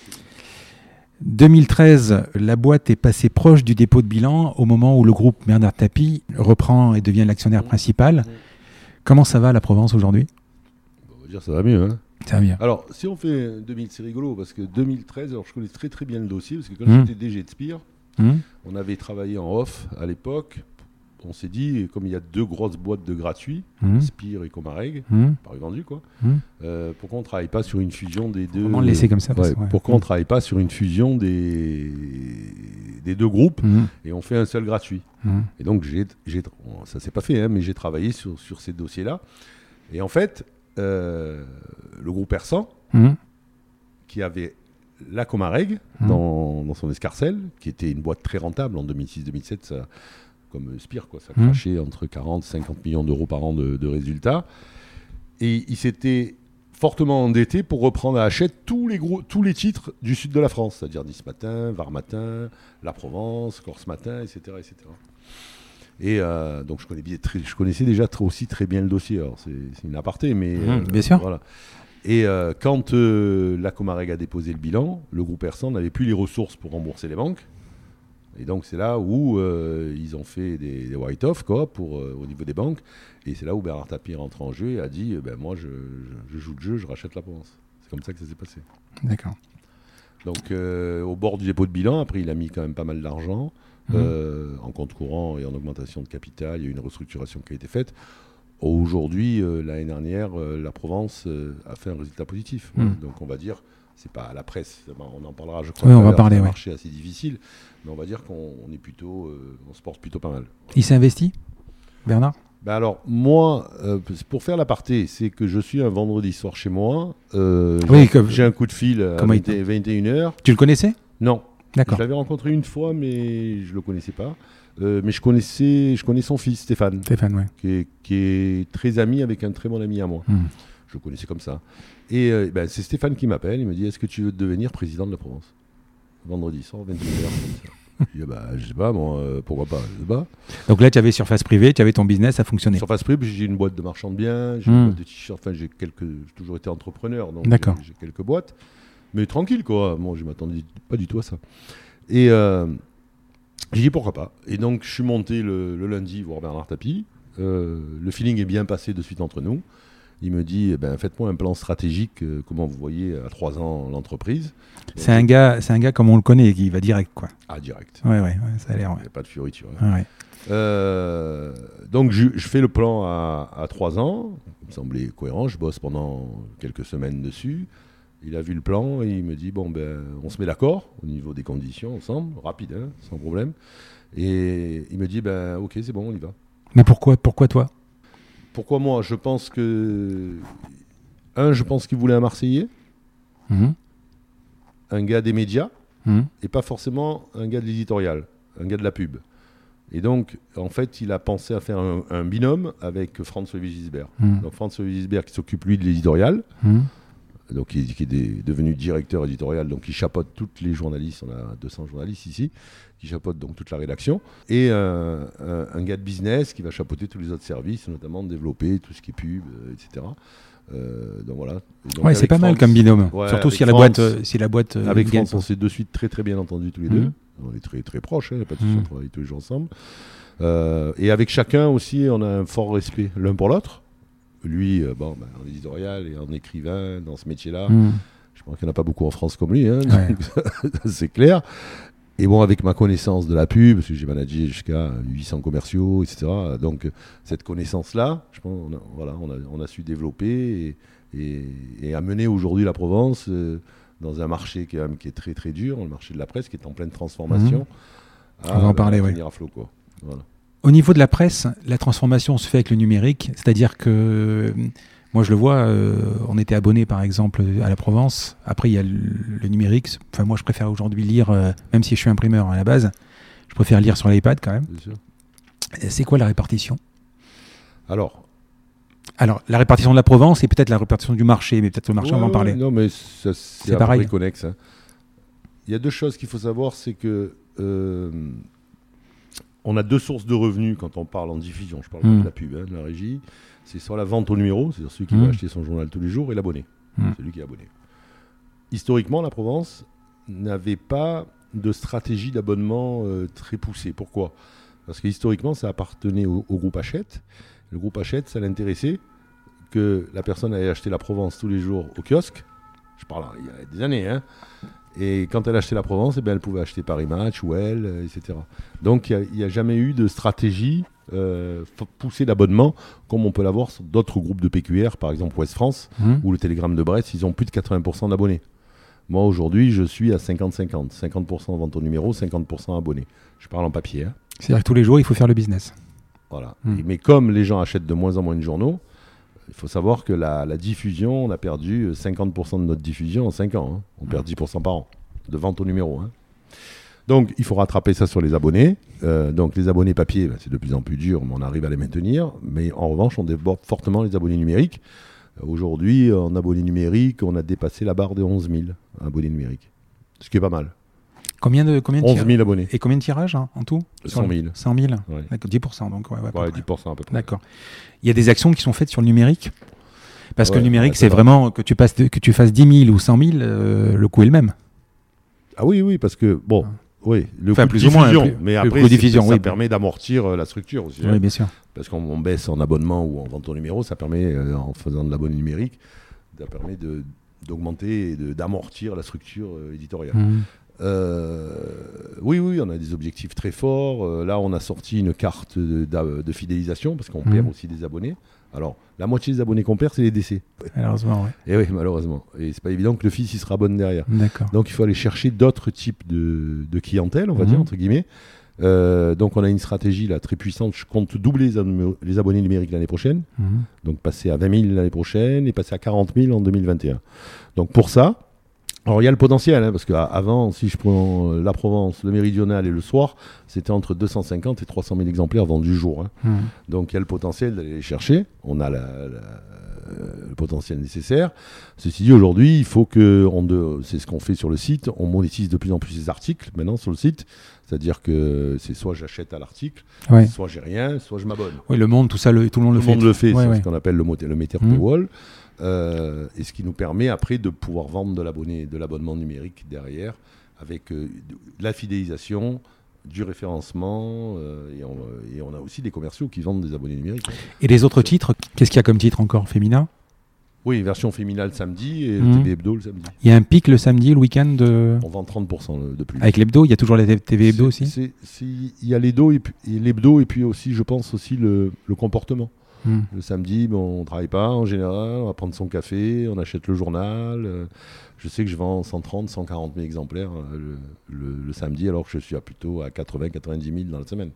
deux mille treize, la boîte est passée proche du dépôt de bilan au moment où le groupe Bernard Tapie reprend et devient l'actionnaire mmh. principal. Mmh. Comment ça va la Provence aujourd'hui ? On va dire ça va mieux. Hein. Ça va mieux. Alors, si on fait deux mille, c'est rigolo parce que deux mille treize, alors je connais très très bien le dossier parce que quand mmh. j'étais D G de Spire, mmh. on avait travaillé en off à l'époque. On s'est dit, comme il y a deux grosses boîtes de gratuits, mmh. Spire et Comareg, mmh. par vendu quoi, mmh. euh, pourquoi on ne travaille pas sur une fusion des deux ? Comment le laisser comme ça parce ouais, que, ouais. Pourquoi mmh. on ne travaille pas sur une fusion des, des deux groupes mmh. et on fait un seul gratuit mmh. Et donc, j'ai, j'ai, ça ne s'est pas fait, hein, mais j'ai travaillé sur, sur ces dossiers-là. Et en fait, euh, le groupe Persan, mmh. qui avait la Comareg mmh. dans, dans son escarcelle, qui était une boîte très rentable en deux mille six deux mille sept, ça... comme Spire, quoi, ça crachait mmh. entre quarante et cinquante millions d'euros par an de, de résultats. Et il s'était fortement endetté pour reprendre à Hachette tous les, gros, tous les titres du sud de la France, c'est-à-dire Nice Matin, Var Matin, La Provence, Corse Matin, et cetera, et cetera. Et euh, donc je, connais bien, très, je connaissais déjà très, aussi très bien le dossier. Alors c'est, c'est une aparté, mais Mmh, euh, bien sûr. Voilà. Et euh, quand euh, la Comareg a déposé le bilan, le groupe Ersan n'avait plus les ressources pour rembourser les banques. Et donc c'est là où euh, ils ont fait des, des write-off quoi, pour, euh, au niveau des banques. Et c'est là où Bernard Tapie rentre en jeu et a dit ben, moi je, je, je joue le jeu, je rachète la Provence. C'est comme ça que ça s'est passé. D'accord. Donc euh, au bord du dépôt de bilan, après il a mis quand même pas mal d'argent. Mmh. Euh, en compte courant et en augmentation de capital, il y a eu une restructuration qui a été faite. Aujourd'hui, euh, l'année dernière, euh, la Provence euh, a fait un résultat positif. Mmh. Donc on va dire, c'est pas à la presse, on en parlera, je crois. Oui, on va parler. C'est un ouais. marché assez difficile, mais on va dire qu'on on est plutôt, euh, on se porte plutôt pas mal. Il s'est investi, Bernard ? Ben alors, moi, euh, pour faire l'aparté, c'est que je suis un vendredi soir chez moi. Euh, oui, j'ai, comme, j'ai un coup de fil à vingt, vingt et une heures. Tu le connaissais ? Non. D'accord. Je l'avais rencontré une fois, mais je ne le connaissais pas. Euh, mais je connaissais, je connais son fils, Stéphane. Stéphane, oui. Qui est, qui est très ami avec un très bon ami à moi. Mmh. Je le connaissais comme ça. Et euh, ben, c'est Stéphane qui m'appelle. Il me dit, est-ce que tu veux devenir président de la Provence ? Vendredi soir, vingt et une heures, comme ça. Je dis, bah, je sais pas, moi, euh, pourquoi pas, je sais pas. Donc là, tu avais Surface Privée, tu avais ton business, ça fonctionnait. Surface Privée, j'ai une boîte de marchand de biens, j'ai mmh. une boîte de t-shirts, enfin, j'ai quelques, j'ai toujours été entrepreneur, donc j'ai, j'ai quelques boîtes. Mais tranquille, quoi. Bon, je m'attendais pas du tout à ça. Et euh, j'ai dit, pourquoi pas. Et donc, je suis monté le, le lundi voir Bernard Tapie. Euh, le feeling est bien passé de suite entre nous. Il me dit, eh ben, faites-moi un plan stratégique, euh, comment vous voyez à trois ans l'entreprise. C'est un, gars, c'est un gars comme on le connaît, qui va direct, quoi. Ah, direct. Ouais, ouais, ouais, ça a l'air. Il n'y ouais. a pas de fioriture. Hein. Ouais. Euh, donc, je, je fais le plan à, à trois ans. Il me semblait cohérent. Je bosse pendant quelques semaines dessus. Il a vu le plan et il me dit, bon, ben, on se met d'accord au niveau des conditions ensemble, rapide, hein, sans problème. Et il me dit, ben, ok, c'est bon, on y va. Mais pourquoi, pourquoi toi ? Pourquoi moi ? Je pense que... Un, je pense qu'il voulait un Marseillais. Mmh. Un gars des médias, mmh. et pas forcément un gars de l'éditorial, un gars de la pub. Et donc, en fait, il a pensé à faire un, un binôme avec Franz-Olivier Gisbert. Mmh. Donc, Franz-Olivier Gisbert qui s'occupe, lui, de l'éditorial, mmh. donc qui, qui est des, devenu directeur éditorial, donc qui chapeaute tous les journalistes, on a deux cents journalistes ici, qui chapeaute donc toute la rédaction, et un, un, un gars de business qui va chapeauter tous les autres services, notamment développer tout ce qui est pub, euh, et cetera. Euh, donc voilà. Donc ouais, c'est pas France, mal comme binôme. Ouais, surtout si la, France, boîte, euh, si la boîte. Euh, avec France, on s'est de suite très très bien entendus tous les mmh. deux. On est très très proches, hein, pas de souci, mmh. on travaille tous les jours ensemble. Euh, et avec chacun aussi, on a un fort respect l'un pour l'autre. Lui, euh, bon, bah, en éditorial et en écrivain, dans ce métier-là, mmh. je pense qu'il n'y en a pas beaucoup en France comme lui, hein, ouais. donc, c'est clair. Et bon, avec ma connaissance de la pub, parce que j'ai managé jusqu'à huit cents commerciaux, et cetera. Donc, cette connaissance-là, je pense, on a, voilà, on a, on a su développer et, et, et amener aujourd'hui la Provence euh, dans un marché qui est, qui est très très dur, le marché de la presse, qui est en pleine transformation. Mmh. À, on va en parler, oui. À flot, quoi. Voilà. Au niveau de la presse, la transformation se fait avec le numérique, c'est-à-dire que... Moi, je le vois, euh, on était abonné par exemple à la Provence. Après, il y a le, le numérique. Enfin, moi, je préfère aujourd'hui lire, euh, même si je suis imprimeur à la base, je préfère lire sur l'iPad quand même. Bien sûr. Et c'est quoi la répartition ? Alors, Alors, la répartition de la Provence et peut-être la répartition du marché, mais peut-être le marché, ouais, on va en parler. Non, mais ça, c'est, c'est pareil. Connexe, hein. Il y a deux choses qu'il faut savoir, c'est que euh, on a deux sources de revenus quand on parle en diffusion. Je parle mmh. de la pub, hein, de la régie. C'est sur la vente au numéro, c'est-à-dire celui qui mmh. va acheter son journal tous les jours, et l'abonné, mmh. celui qui est abonné. Historiquement, la Provence n'avait pas de stratégie d'abonnement euh, très poussée. Pourquoi ? Parce que historiquement, ça appartenait au, au groupe Hachette. Le groupe Hachette, ça l'intéressait que la personne allait acheter la Provence tous les jours au kiosque. Je parle il y a des années, hein. Et quand elle achetait la Provence, eh bien, elle pouvait acheter Paris Match, Well, euh, et cetera. Donc, il n'y a, a jamais eu de stratégie euh, poussée d'abonnement comme on peut l'avoir sur d'autres groupes de P Q R, par exemple Ouest France mmh. ou le Télégramme de Brest, ils ont plus de quatre-vingts pour cent d'abonnés. Moi, aujourd'hui, je suis à cinquante cinquante. cinquante pour cent vente au numéro, cinquante pour cent abonnés. Je parle en papier. Hein. C'est-à-dire que tous les jours, il faut faire le business. Voilà. Mmh. Et, mais comme les gens achètent de moins en moins de journaux, il faut savoir que la, la diffusion, on a perdu cinquante pour cent de notre diffusion en cinq ans. Hein. On mmh. perd dix pour cent par an de vente au numéro. Hein. Donc, il faut rattraper ça sur les abonnés. Euh, donc, les abonnés papier, ben, c'est de plus en plus dur, mais on arrive à les maintenir. Mais en revanche, on développe fortement les abonnés numériques. Euh, aujourd'hui, en abonnés numériques, on a dépassé la barre des onze mille abonnés numériques. Ce qui est pas mal. Combien de, combien de onze mille abonnés. Et combien de tirages hein, en tout? cent mille. cent mille Ouais. D'accord, dix pour cent donc. Ouais, ouais, Ouais, dix pour cent à peu près. D'accord. Il y a des actions qui sont faites sur le numérique? Parce ouais, que le numérique, ouais, c'est vrai. vraiment que tu, passes, que tu fasses dix mille ou cent mille, euh, le coût est le même. Ah oui, oui, parce que, bon, oui, le Enfin, coût plus de ou moins, diffusion, plus- mais le après, coût de c'est- diffusion, ça oui. permet d'amortir euh, la structure aussi. Oui, hein. bien sûr. Parce qu'on on baisse en abonnement ou en vente au numéro, ça permet, euh, en faisant de l'abonnement numérique, ça permet de, d'augmenter et de, d'amortir la structure euh, éditoriale. Mmh. Euh, oui, oui, on a des objectifs très forts. Euh, là, on a sorti une carte de, de- de fidélisation parce qu'on Mhm. perd aussi des abonnés. Alors, la moitié des abonnés qu'on perd, c'est les décès. Malheureusement, oui. Et oui, malheureusement. Et c'est pas évident que le fils il se rabonne derrière. D'accord. Donc, il faut aller chercher d'autres types de, de clientèle, on va Mhm. dire, entre guillemets. Euh, donc, on a une stratégie là, très puissante. Je compte doubler les, am- les abonnés numériques l'année prochaine. Mmh. Donc, passer à vingt mille l'année prochaine et passer à quarante mille en deux mille vingt et un. Donc, pour ça, alors il y a le potentiel, hein, parce qu'avant, si je prends euh, la Provence, le Méridional et le soir, c'était entre deux cent cinquante et trois cent mille exemplaires vendus jour. Hein. Mmh. Donc il y a le potentiel d'aller les chercher. On a la- la- euh, le potentiel nécessaire. Ceci dit, aujourd'hui, il faut que, on de, c'est ce qu'on fait sur le site, on monétise de plus en plus les articles maintenant sur le site. C'est-à-dire que c'est soit j'achète à l'article, Ouais. soit j'ai rien, soit je m'abonne. Oui, le monde, tout ça, le, tout le monde Tout le le fait. monde le fait, Ouais, c'est ouais. ce qu'on appelle le, mot- le meter Mhm. paywall. Euh, et ce qui nous permet après de pouvoir vendre de l'abonné, de l'abonnement numérique derrière, avec euh, de la fidélisation, du référencement, euh, et, on, et on a aussi des commerciaux qui vendent des abonnés numériques. Et les autres titres, qu'est-ce qu'il y a comme titre encore féminin? Oui, version féminale le samedi et Mhm. le T V Hebdo le samedi. Il y a un pic le samedi, le week-end de... On vend trente pour cent de plus. Avec l'hebdo, il y a toujours les T V hebdo C'est- aussi? c'est- c'est- Il y a l'hebdo et, puis- et l'hebdo et puis aussi, je pense, aussi le, le comportement. Mmh. Le samedi, ben, on ne travaille pas en général, on va prendre son café, on achète le journal. euh, je sais que je vends cent trente, cent quarante mille exemplaires euh, le, le- le samedi, alors que je suis à plutôt à quatre-vingts, quatre-vingt-dix mille dans la semaine.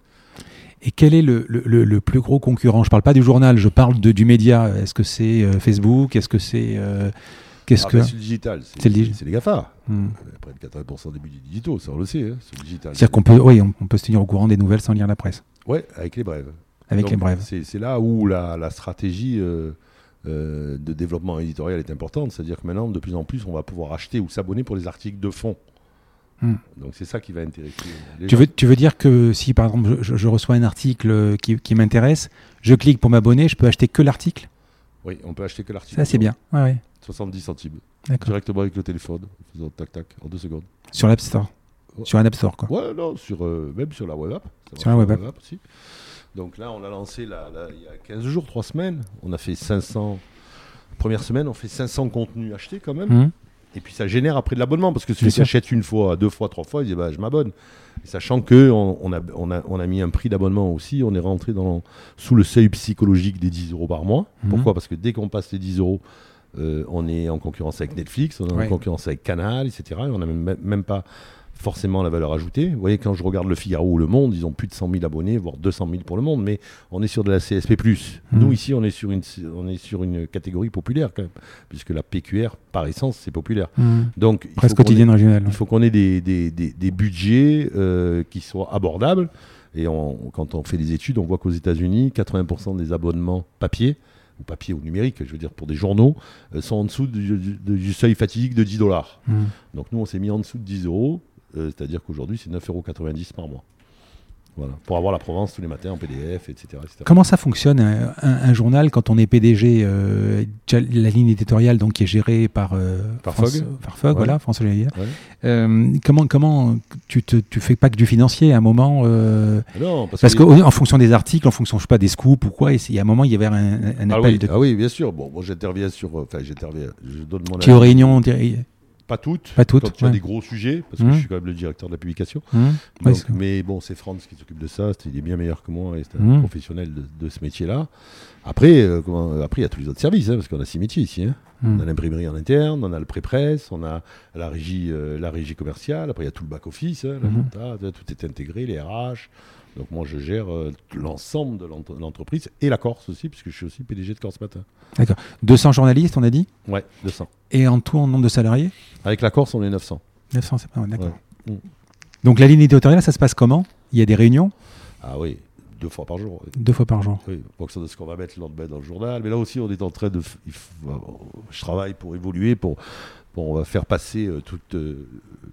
Et quel est le, le- le- le plus gros concurrent? Je ne parle pas du journal, je parle de, du média. Est-ce que c'est euh, Facebook? Est-ce que c'est... euh, qu'est-ce Ah, que... ben, c'est le digital, c'est, C'est le digi- c'est les GAFA. Hmm. Euh, Près de quatre-vingts pour cent des budgets digitaux, ça on le sait, hein, c'est le digital. C'est-à-dire qu'on peut, oui, on, on peut se tenir au courant des nouvelles sans lire la presse, Ouais, avec les brèves. avec Donc, les brèves. C'est, c'est là où la, la stratégie euh, euh, de développement éditorial est importante. C'est-à-dire que maintenant, de plus en plus, on va pouvoir acheter ou s'abonner pour les articles de fond. Hmm. Donc c'est ça qui va intéresser les Tu gens. veux, tu veux dire que si, par exemple, je, je reçois un article qui, qui m'intéresse, je clique pour m'abonner, je peux acheter que l'article? Oui, on peut acheter que l'article. Ça, c'est bien. Ouais, ouais. soixante-dix centimes. D'accord. Directement avec le téléphone. En faisant tac tac en deux secondes. Sur l'App Store. Ouais. Sur un App Store, quoi. Ouais, non, sur, euh, même sur la web app. Ça Sur marche la web app. aussi. Donc là, on a lancé là, là, il y a quinze jours, trois semaines. On a fait cinq cents. Première semaine, on fait cinq cents contenus achetés quand même. Mmh. Et puis ça génère après de l'abonnement. Parce que Bien celui qui sûr. achète une fois, deux fois, trois fois, il dit bah, je m'abonne. Et sachant qu'on on a, on a, on a mis un prix d'abonnement aussi. On est rentré dans, sous le seuil psychologique des dix euros par mois. Mhm. Pourquoi? Parce que dès qu'on passe les dix euros, euh, on est en concurrence avec Netflix, on est Ouais. en concurrence avec Canal, et cetera. Et on n'a même, même pas forcément la valeur ajoutée. Vous voyez, quand je regarde Le Figaro ou Le Monde, ils ont plus de cent mille abonnés, voire deux cent mille pour Le Monde, mais on est sur de la C S P plus. Mhm. Nous, ici, on est, sur une, on est sur une catégorie populaire, quand même, puisque la P Q R, par essence, c'est populaire. Mmh. Donc, il Presse faut qu'on ait- quotidienne régionale. il faut qu'on ait des, des, des, des budgets euh, qui soient abordables. Et on- quand on fait des études, on voit qu'aux États-Unis, quatre-vingts pour cent des abonnements papier, ou papier ou numérique, je veux dire pour des journaux, euh, sont en dessous du, du- du seuil fatidique de dix dollars. Mmh. Donc nous, on s'est mis en dessous de dix euros, euh, c'est-à-dire qu'aujourd'hui, c'est neuf euros quatre-vingt-dix par mois. Voilà, pour avoir la Provence tous les matins en P D F, et cetera et cetera. Comment ça fonctionne un, un- un journal quand on est P D G euh, déjà, la ligne éditoriale donc qui est gérée par euh, Par France- Fogg. par Fogg, Ouais. voilà, François Javier. Ouais. Euh, comment comment tu te tu fais pas que du financier à un moment euh, Ah non, parce, parce que qu'en fonction des articles, en fonction je sais pas des scoops ou quoi, et il y a un moment il y avait un, un ah appel oui, de ah oui, bien sûr. Bon, moi, j'interviens sur, euh, enfin, j'interviens, je donne mon qui aux avis. réunions on dirait- Pas toutes. Pas toutes, Quand il y a ouais. des gros sujets, parce que Mmh. je suis quand même le directeur de la publication. Hum, ouais, Donc, c'est- mais bon, c'est Franz qui s'occupe de ça. c'est- Il est bien meilleur que moi et c'est un Mmh. professionnel de, de ce métier-là. Après, euh, comment- euh, après, il y a tous les autres services, hein, parce qu'on a six métiers ici. hein. hum. On a l'imprimerie en interne, on a le pré-presse, on a la régie, euh, la régie commerciale. Après, il y a tout le back-office, hein, la Mmh. compta, tout est intégré, les R H. Donc moi, je gère euh, l'ensemble de l'ent- l'entreprise et la Corse aussi, puisque je suis aussi P D G de Corse Matin. deux cents journalistes on a dit, Ouais, deux cents. et en tout en nombre de salariés Avec la Corse, on est neuf cents. neuf cents, c'est pas mal, d'accord. Ouais. Mmh. Donc la ligne éditoriale ça se passe comment? Il y a des réunions Ah oui, deux fois par jour. oui. deux fois par jour. Oui, en fonction de ce qu'on va mettre le lendemain dans le journal. Mais là aussi, on est en train de. f- il faut- je travaille pour évoluer, pour, pour on va faire passer euh, toute, euh,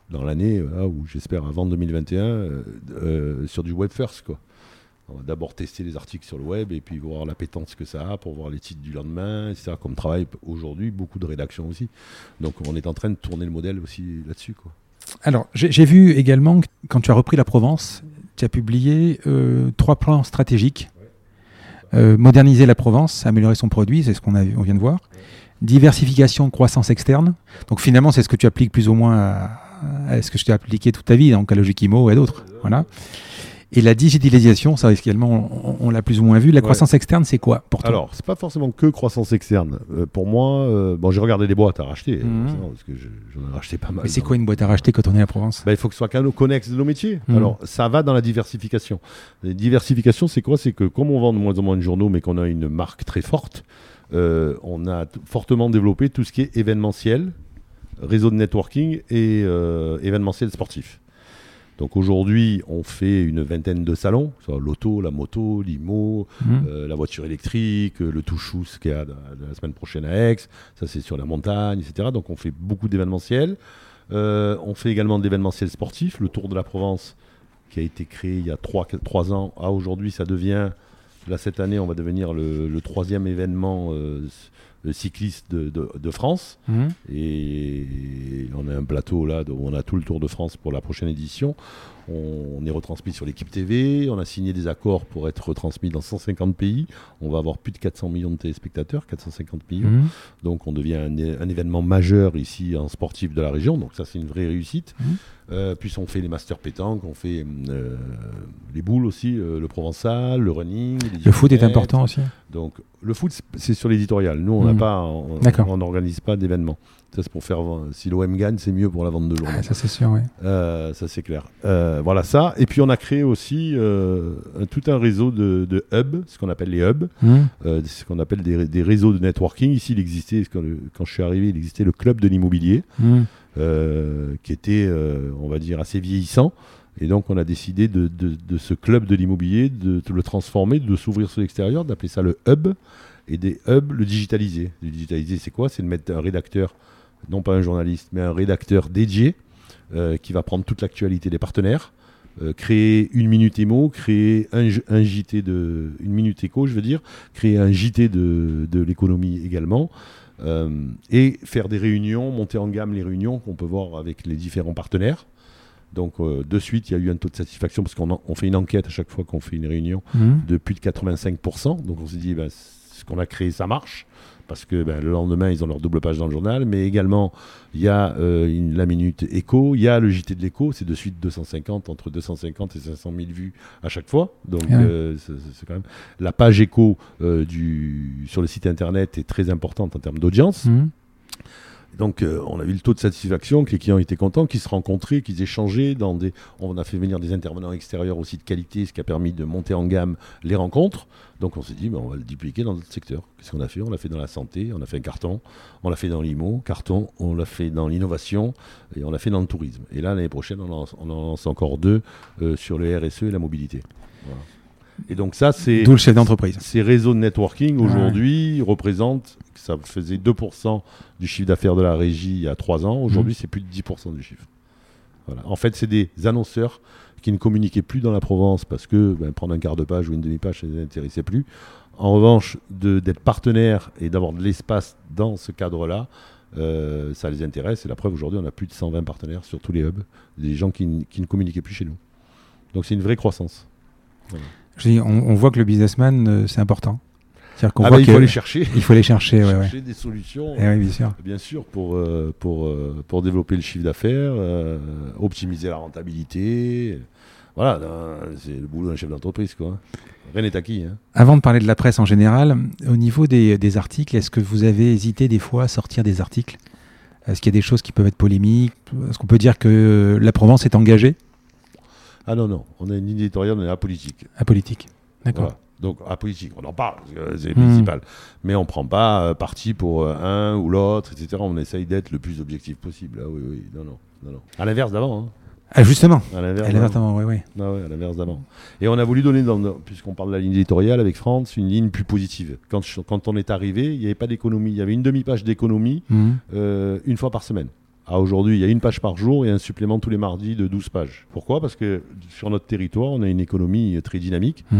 dans l'année euh, où j'espère avant deux mille vingt et un euh, euh, sur du web first, quoi. On va d'abord tester les articles sur le web et puis voir l'appétence que ça a pour voir les titres du lendemain, et cetera. Comme travail aujourd'hui, beaucoup de rédaction aussi. Donc on est en train de tourner le modèle aussi là-dessus, quoi. Alors, j'ai, j'ai vu également que quand tu as repris la Provence, tu as publié euh, trois plans stratégiques. Euh, moderniser la Provence, améliorer son produit, c'est ce qu'on a, on vient de voir. Diversification, croissance externe. Donc finalement, c'est ce que tu appliques plus ou moins à, à ce que je t'ai appliqué toute ta vie, donc à Logikimo et à d'autres. Voilà. Et la digitalisation, ça également, on, on l'a plus ou moins vu. La croissance ouais. externe, c'est quoi pour toi? Alors, c'est pas forcément que croissance externe. Euh, pour moi, euh, bon, j'ai regardé des boîtes à racheter, mmh. parce que je, j'en ai racheté pas mal. Mais c'est quoi une boîte à racheter quand on est à Provence? Bah, il faut que ce soit connexe de nos métiers. Mmh. Alors, ça va dans la diversification. La diversification, c'est quoi? C'est que comme on vend de moins en moins de journaux, mais qu'on a une marque très forte, euh, on a t- fortement développé tout ce qui est événementiel, réseau de networking et euh, événementiel sportif. Donc aujourd'hui, on fait une vingtaine de salons, soit l'auto, la moto, l'I M O, mmh. euh, la voiture électrique, le Touchous qui est à, à, la semaine prochaine à Aix, ça c'est sur la montagne, et cetera. Donc on fait beaucoup d'événementiels. Euh, on fait également de l'événementiel sportif, le Tour de la Provence qui a été créé il y a trois ans. À aujourd'hui, ça devient, là cette année, on va devenir le, le troisième événement euh, cycliste de, de, de France. Mmh. Et on a un plateau là où on a tout le Tour de France pour la prochaine édition. On, on est retransmis sur l'équipe T V. On a signé des accords pour être retransmis dans cent cinquante pays. On va avoir plus de quatre cents millions de téléspectateurs, quatre cent cinquante millions. Mmh. Donc on devient un, un événement majeur ici en sportif de la région. Donc ça c'est une vraie réussite. Mmh. Euh, puis on fait les masters pétanques, on fait euh, les boules aussi, euh, le provençal, le running. Le foot est important aussi. Donc le foot c'est sur l'éditorial. Nous on n'a mmh. pas, on n'organise pas d'événements. Ça c'est pour faire, si l'O M gagne, c'est mieux pour la vente de journaux. Ah, ça c'est sûr, oui. Euh, ça c'est clair. Euh, voilà ça. Et puis on a créé aussi euh, un, tout un réseau de, de hubs, ce qu'on appelle les hubs, mmh. euh, ce qu'on appelle des, des réseaux de networking. Ici il existait, quand, le, quand je suis arrivé, il existait le club de l'immobilier. Mmh. Euh, qui était, euh, on va dire, assez vieillissant. Et donc, on a décidé de, de, de ce club de l'immobilier, de, de le transformer, de s'ouvrir sur l'extérieur, d'appeler ça le hub, et des hubs, le digitaliser. Le digitaliser, c'est quoi? C'est de mettre un rédacteur, non pas un journaliste, mais un rédacteur dédié, euh, qui va prendre toute l'actualité des partenaires, euh, créer une minute émo, créer un, un J T de... une minute éco, je veux dire, créer un J T de, de l'économie également, Euh, et faire des réunions, monter en gamme les réunions qu'on peut voir avec les différents partenaires. Donc euh, de suite, il y a eu un taux de satisfaction parce qu'on en, on fait une enquête à chaque fois qu'on fait une réunion mmh. de plus de quatre-vingt-cinq pour cent. Donc on s'est dit, ben, ce qu'on a créé, ça marche. Parce que ben, le lendemain, ils ont leur double page dans le journal. Mais également, il y a euh, une, la Minute Éco, il y a le J T de l'Éco. C'est de suite deux cent cinquante, entre deux cent cinquante et cinq cent mille vues à chaque fois. Donc, ouais. euh, c'est, c'est quand même... La page Éco euh, du... sur le site internet est très importante en termes d'audience. Mmh. Donc, euh, on a vu le taux de satisfaction, que les clients étaient contents, qu'ils se rencontraient, qu'ils échangeaient. Dans des... On a fait venir des intervenants extérieurs aussi de qualité, ce qui a permis de monter en gamme les rencontres. Donc, on s'est dit, ben, on va le dupliquer dans d'autres secteurs. Qu'est-ce qu'on a fait? On l'a fait dans la santé, on a fait un carton, on l'a fait dans l'I M O, carton, on l'a fait dans l'innovation et on l'a fait dans le tourisme. Et là, l'année prochaine, on en, on en lance encore deux euh, sur le R S E et la mobilité. Voilà. Et donc ça, c'est... D'où le chef d'entreprise. Ces réseaux de networking, aujourd'hui, ouais. représentent... Ça faisait deux pour cent du chiffre d'affaires de la régie il y a trois ans. Aujourd'hui, mmh. c'est plus de dix pour cent du chiffre. Voilà. En fait, c'est des annonceurs qui ne communiquaient plus dans la Provence parce que ben, prendre un quart de page ou une demi-page, ça ne les intéressait plus. En revanche, de, d'être partenaire et d'avoir de l'espace dans ce cadre-là, euh, ça les intéresse. Et la preuve, aujourd'hui, on a plus de cent vingt partenaires sur tous les hubs, des gens qui, qui ne communiquaient plus chez nous. Donc, c'est une vraie croissance. Voilà. Je dis, on, on voit que le businessman, euh, c'est important. Qu'on ah voit bah, il faut les chercher. Il faut les chercher, ouais, chercher ouais. des solutions. Et oui, bien sûr. Bien sûr, pour, euh, pour, euh, pour développer le chiffre d'affaires, euh, optimiser la rentabilité. Voilà, c'est le boulot d'un chef d'entreprise, quoi. Rien n'est acquis. Hein. Avant de parler de la presse en général, au niveau des, des articles, est-ce que vous avez hésité des fois à sortir des articles? Est-ce qu'il y a des choses qui peuvent être polémiques? Est-ce qu'on peut dire que la Provence est engagée? Ah non, non. On a une ligne éditoriale, on est apolitique. Apolitique, d'accord. Voilà. Donc, apolitique, on en parle, c'est le principal. Mmh. Mais on ne prend pas euh, parti pour euh, un ou l'autre, et cetera. On essaye d'être le plus objectif possible. Ah oui, oui, non, non. non, non. À l'inverse d'avant. Hein. Ah, justement. À l'inverse, à l'inverse d'avant, oui, oui. Ah, ouais, à l'inverse d'avant. Et on a voulu donner, dans, puisqu'on parle de la ligne éditoriale avec France, une ligne plus positive. Quand, je, quand on est arrivé, il n'y avait pas d'économie. Il y avait une demi-page d'économie mmh. euh, une fois par semaine. À aujourd'hui, il y a une page par jour et un supplément tous les mardis de douze pages. Pourquoi ? Parce que sur notre territoire, on a une économie très dynamique, mmh.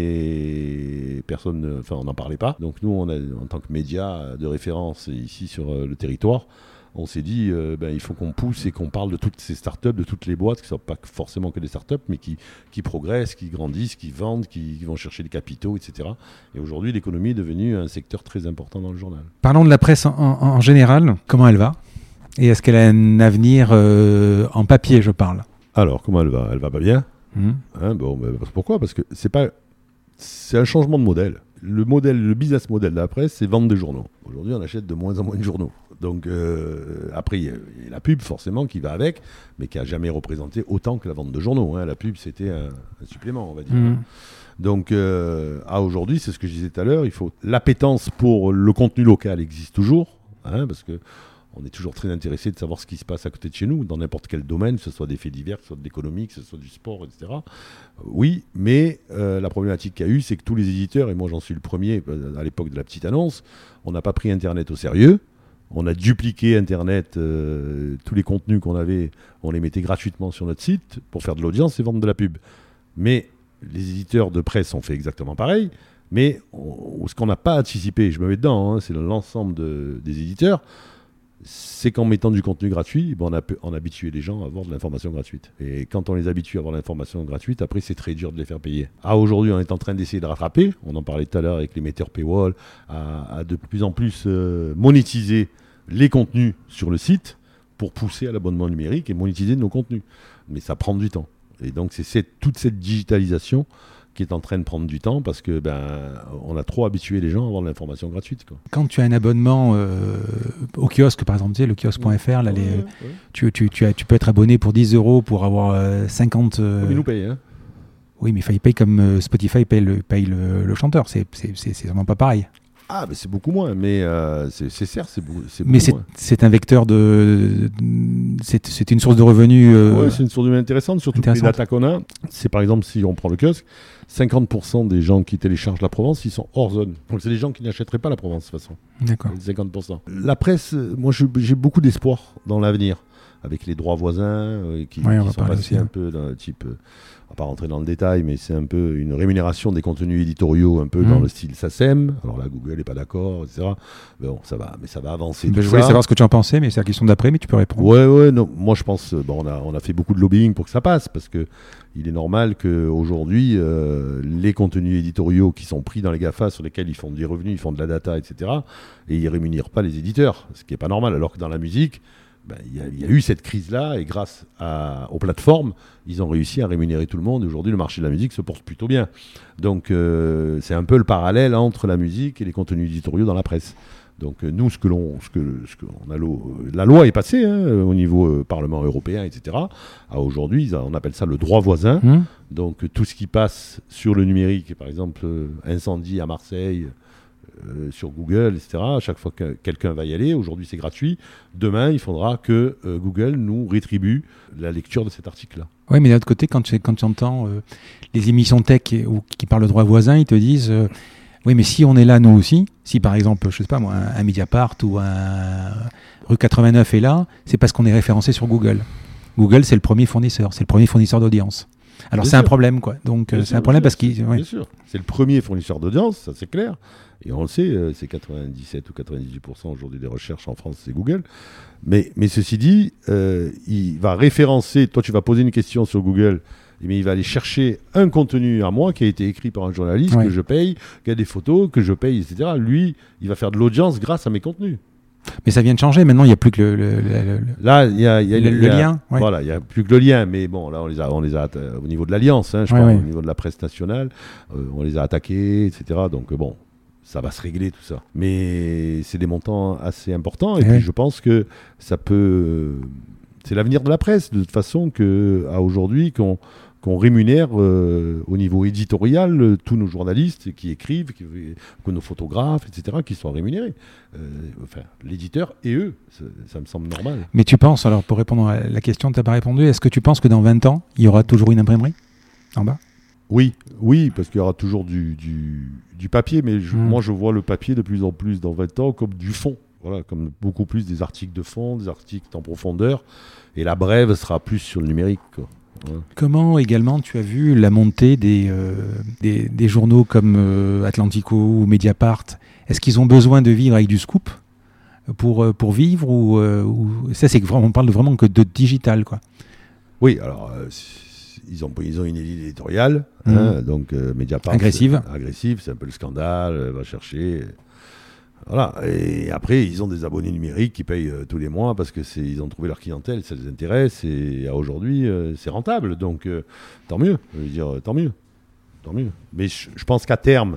mais personne, enfin, on n'en parlait pas. Donc nous, on a, en tant que média de référence ici sur le territoire, on s'est dit, euh, ben, il faut qu'on pousse et qu'on parle de toutes ces startups, de toutes les boîtes, qui ne sont pas forcément que des startups, mais qui, qui progressent, qui grandissent, qui vendent, qui, qui vont chercher des capitaux, et cetera. Et aujourd'hui, l'économie est devenue un secteur très important dans le journal. Parlons de la presse en, en, en général. Comment elle va ? Et est-ce qu'elle a un avenir euh, en papier, je parle ? Alors, comment elle va ? Elle va pas bien. Mmh. Hein, bon, ben, pourquoi ? Parce que c'est pas, c'est un changement de modèle. Le modèle, le business model de la presse, c'est vendre des journaux. Aujourd'hui, on achète de moins en moins de journaux. Donc, euh, après, il y a la pub, forcément, qui va avec, mais qui n'a jamais représenté autant que la vente de journaux. Hein. La pub, c'était un, un supplément, on va dire. Mmh. Donc, euh, à aujourd'hui, c'est ce que je disais tout à l'heure, il faut... l'appétence pour le contenu local existe toujours, hein, parce que on est toujours très intéressé de savoir ce qui se passe à côté de chez nous, dans n'importe quel domaine, que ce soit des faits divers, que ce soit de l'économie, que ce soit du sport, et cetera. Euh, oui, mais euh, la problématique qu'il y a eu, c'est que tous les éditeurs, et moi j'en suis le premier à l'époque de la petite annonce, on n'a pas pris Internet au sérieux. On a dupliqué Internet, euh, tous les contenus qu'on avait, on les mettait gratuitement sur notre site pour faire de l'audience et vendre de la pub. Mais les éditeurs de presse ont fait exactement pareil. Mais on, ce qu'on n'a pas anticipé, je me mets dedans, hein, c'est l'ensemble de, des éditeurs, c'est qu'en mettant du contenu gratuit, ben on a on habitué les gens à avoir de l'information gratuite. Et quand on les habitue à avoir de l'information gratuite, après c'est très dur de les faire payer. Ah, aujourd'hui, on est en train d'essayer de rattraper, on en parlait tout à l'heure avec les metteurs paywall, à, à de plus en plus euh, monétiser les contenus sur le site pour pousser à l'abonnement numérique et monétiser nos contenus. Mais ça prend du temps. Et donc c'est cette, toute cette digitalisation qui est en train de prendre du temps parce que ben on a trop habitué les gens à avoir de l'information gratuite, quoi. Quand tu as un abonnement euh, au kiosque, par exemple, tu sais, le kiosque point f r, là, ouais, les, ouais. Tu, tu, tu, as, tu peux être abonné pour dix euros pour avoir euh, cinquante... Euh... Ils nous payent, hein. Oui, mais il paye comme euh, Spotify paye le, paye le, le chanteur. C'est, c'est, c'est, c'est vraiment pas pareil. Ah, mais c'est beaucoup moins, mais euh, c'est, c'est certes, c'est, beau, c'est beaucoup mais c'est, moins. c'est un vecteur de... C'est, c'est une source de revenus... Euh... Oui, c'est une source de revenus intéressante, surtout que les data qu'on a. C'est par exemple, si on prend le kiosque, cinquante pour cent des gens qui téléchargent la Provence, ils sont hors zone. Donc c'est des gens qui n'achèteraient pas la Provence, de toute façon. D'accord. cinquante pour cent. La presse, moi je, j'ai beaucoup d'espoir dans l'avenir, avec les droits voisins, euh, qui, ouais, qui sont passés un peu dans le type... Euh, on va pas rentrer dans le détail, mais c'est un peu une rémunération des contenus éditoriaux un peu mmh. dans le style SACEM. Alors là, Google n'est pas d'accord, et cetera. Bon, ça va, mais ça va avancer. Ben, je voulais savoir ce que tu en pensais, mais c'est la question d'après, mais tu peux répondre. Ouais, ouais, non. Moi, je pense, bon, on a, on a fait beaucoup de lobbying pour que ça passe, parce que il est normal qu'aujourd'hui, euh, les contenus éditoriaux qui sont pris dans les GAFA, sur lesquels ils font des revenus, ils font de la data, et cetera, et ils rémunèrent pas les éditeurs, ce qui est pas normal. Alors que dans la musique, ben, y, a, y a eu cette crise-là, et grâce à, aux plateformes, ils ont réussi à rémunérer tout le monde. Et aujourd'hui, le marché de la musique se porte plutôt bien. Donc, euh, c'est un peu le parallèle entre la musique et les contenus éditoriaux dans la presse. Donc, euh, nous, ce que l'on, ce que, ce que on a l'eau, la loi est passée hein, au niveau euh, Parlement européen, et cetera. À aujourd'hui, on appelle ça le droit voisin. Mmh. Donc, tout ce qui passe sur le numérique, par exemple, euh, incendie à Marseille, Euh, sur Google, et cetera. À chaque fois que quelqu'un va y aller, aujourd'hui c'est gratuit. Demain, il faudra que euh, Google nous rétribue la lecture de cet article-là. Oui, mais d'un autre côté, quand tu, quand tu entends euh, les émissions tech et, ou, qui parlent de droit voisin, ils te disent euh, oui, mais si on est là, nous aussi, si par exemple, je sais pas moi, un, un Mediapart ou un Rue quatre-vingt-neuf est là, c'est parce qu'on est référencé sur Google. Google, c'est le premier fournisseur, c'est le premier fournisseur d'audience. Alors bien c'est sûr. Un problème, quoi. Donc euh, c'est sûr, un problème parce qu'il. Ouais. Bien sûr, c'est le premier fournisseur d'audience, ça c'est clair. Et on le sait, euh, c'est quatre-vingt-dix-sept ou quatre-vingt-dix-huit pour cent aujourd'hui des recherches en France, c'est Google. Mais, mais ceci dit, euh, il va référencer. Toi, tu vas poser une question sur Google, mais il va aller chercher un contenu à moi qui a été écrit par un journaliste ouais. que je paye, qui a des photos que je paye, et cetera. Lui, il va faire de l'audience grâce à mes contenus. Mais ça vient de changer. Maintenant, il n'y a plus que le, le, le, le là, il y a, y a le, le, le y a, lien. Ouais. Voilà, il n'y a plus que le lien. Mais bon, là, on les a, on les a euh, au niveau de l'Alliance, hein, je ouais, parle, ouais. au niveau de la presse nationale, euh, on les a attaqués, et cetera. Donc bon, ça va se régler tout ça. Mais c'est des montants assez importants. Et ouais. puis, je pense que ça peut. C'est l'avenir de la presse, de toute façon, qu'à aujourd'hui, qu'on. qu'on rémunère euh, au niveau éditorial euh, tous nos journalistes qui écrivent, qui, que nos photographes, et cetera, qui sont rémunérés. Euh, enfin, l'éditeur et eux, ça, ça me semble normal. Mais tu penses, alors pour répondre à la question que tu n'as pas répondu, est-ce que tu penses que dans vingt ans, il y aura toujours une imprimerie en bas ? Oui, oui, parce qu'il y aura toujours du, du, du papier, mais je, mmh. moi je vois le papier de plus en plus dans vingt ans comme du fond. Voilà, comme beaucoup plus des articles de fond, des articles en profondeur. Et la brève sera plus sur le numérique, quoi. Ouais. Comment également tu as vu la montée des, euh, des, des journaux comme euh, Atlantico ou Mediapart? Est-ce qu'ils ont besoin de vivre avec du scoop pour, pour vivre ou, euh, ou... Ça, c'est que vraiment, on parle vraiment que de digital, quoi. Oui, alors euh, ils, ont, ils ont une élite éditoriale, mmh. hein, donc euh, Mediapart agressive. C'est, agressive, c'est un peu le scandale, euh, va chercher. Voilà, et après ils ont des abonnés numériques qui payent euh, tous les mois parce que c'est, ils ont trouvé leur clientèle, ça les intéresse et à aujourd'hui euh, c'est rentable, donc euh, tant mieux, je veux dire tant mieux, tant mieux. Mais je, je pense qu'à terme,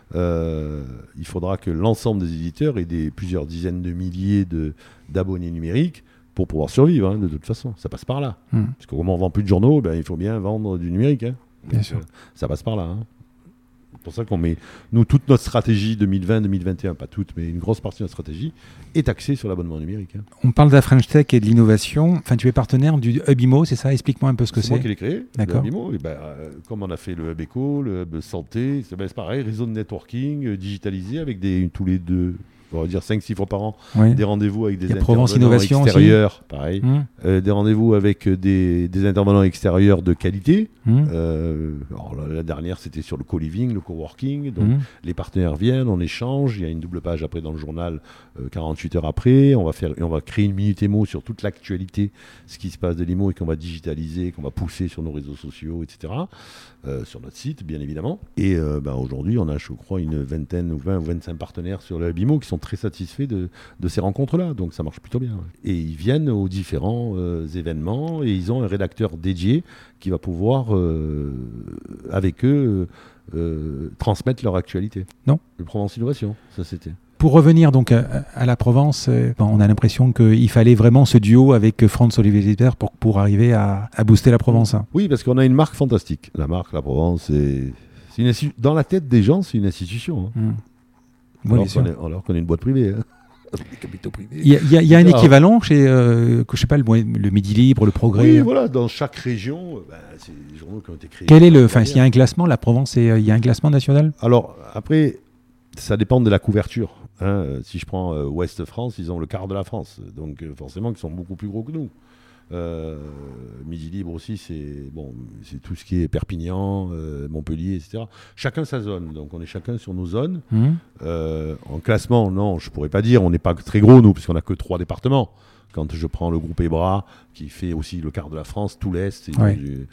euh, il faudra que l'ensemble des éditeurs aient des plusieurs dizaines de milliers de, d'abonnés numériques pour pouvoir survivre, hein, de toute façon, ça passe par là. Mmh. Parce que comme on ne vend plus de journaux, ben, il faut bien vendre du numérique, hein. Bien donc, sûr. Euh, ça passe par là. Hein. C'est pour ça qu'on met, nous, toute notre stratégie deux mille vingt deux mille vingt et un, pas toute, mais une grosse partie de notre stratégie est axée sur l'abonnement numérique. Hein. On parle de la French Tech et de l'innovation. Enfin, tu es partenaire du Hub Imo, c'est ça? Explique-moi un peu ce que c'est. C'est moi qui l'ai créé, D'accord. le Hub Imo. Et ben, euh, comme on a fait le Hub Eco, le Hub Santé, c'est, ben, c'est pareil, réseau de networking euh, digitalisé avec des, tous les deux, on va dire cinq six fois par an, oui. des rendez-vous avec des intervenants extérieurs, aussi. Pareil, mmh. euh, des rendez-vous avec des, des intervenants extérieurs de qualité. Mmh. Euh, alors, la, la dernière, c'était sur le co-living, le co-working. Donc, mmh. les partenaires viennent, on échange. Il y a une double page après dans le journal, euh, quarante-huit heures après. On va, faire, on va créer une minute émo sur toute l'actualité, ce qui se passe de l'I M O et qu'on va digitaliser, qu'on va pousser sur nos réseaux sociaux, et cetera. Euh, sur notre site, bien évidemment. Et euh, ben, aujourd'hui, on a, je crois, une vingtaine ou vingt ou vingt-cinq partenaires sur le Hub Imo qui sont très satisfaits de, de ces rencontres-là. Donc ça marche plutôt bien. Et ils viennent aux différents euh, événements et ils ont un rédacteur dédié qui va pouvoir, euh, avec eux, euh, transmettre leur actualité. Non. Le Provence Innovation, ça c'était. Pour revenir donc à, à la Provence, euh, on a l'impression qu'il fallait vraiment ce duo avec Franz-Olivier Gisbert pour, pour arriver à, à booster la Provence. Oui, parce qu'on a une marque fantastique. La marque La Provence, c'est, c'est une institu- dans la tête des gens, c'est une institution. Hein. Mmh. Oui, alors, qu'on est, alors qu'on est une boîte privée. Hein. Des capitaux privés. Il y a, y a, y a un équivalent chez, euh, je sais pas, le, le Midi Libre, le Progrès. Oui, voilà, dans chaque région, ben, c'est des journaux qui ont été créés. Quel est le, enfin, s'il y a un classement, la Provence, il y a un classement national. Alors après, ça dépend de la couverture. Hein. Si je prends euh, Ouest France, ils ont le quart de la France, donc euh, forcément, ils sont beaucoup plus gros que nous. Euh, Midi Libre aussi, c'est bon, c'est tout ce qui est Perpignan, euh, Montpellier, et cetera. Chacun sa zone, donc on est chacun sur nos zones. Mmh. Euh, en classement, non, je pourrais pas dire, on n'est pas très gros nous, puisqu'on a que trois départements. Quand je prends le groupe Ebra, qui fait aussi le quart de la France, tout l'est, et ouais. du,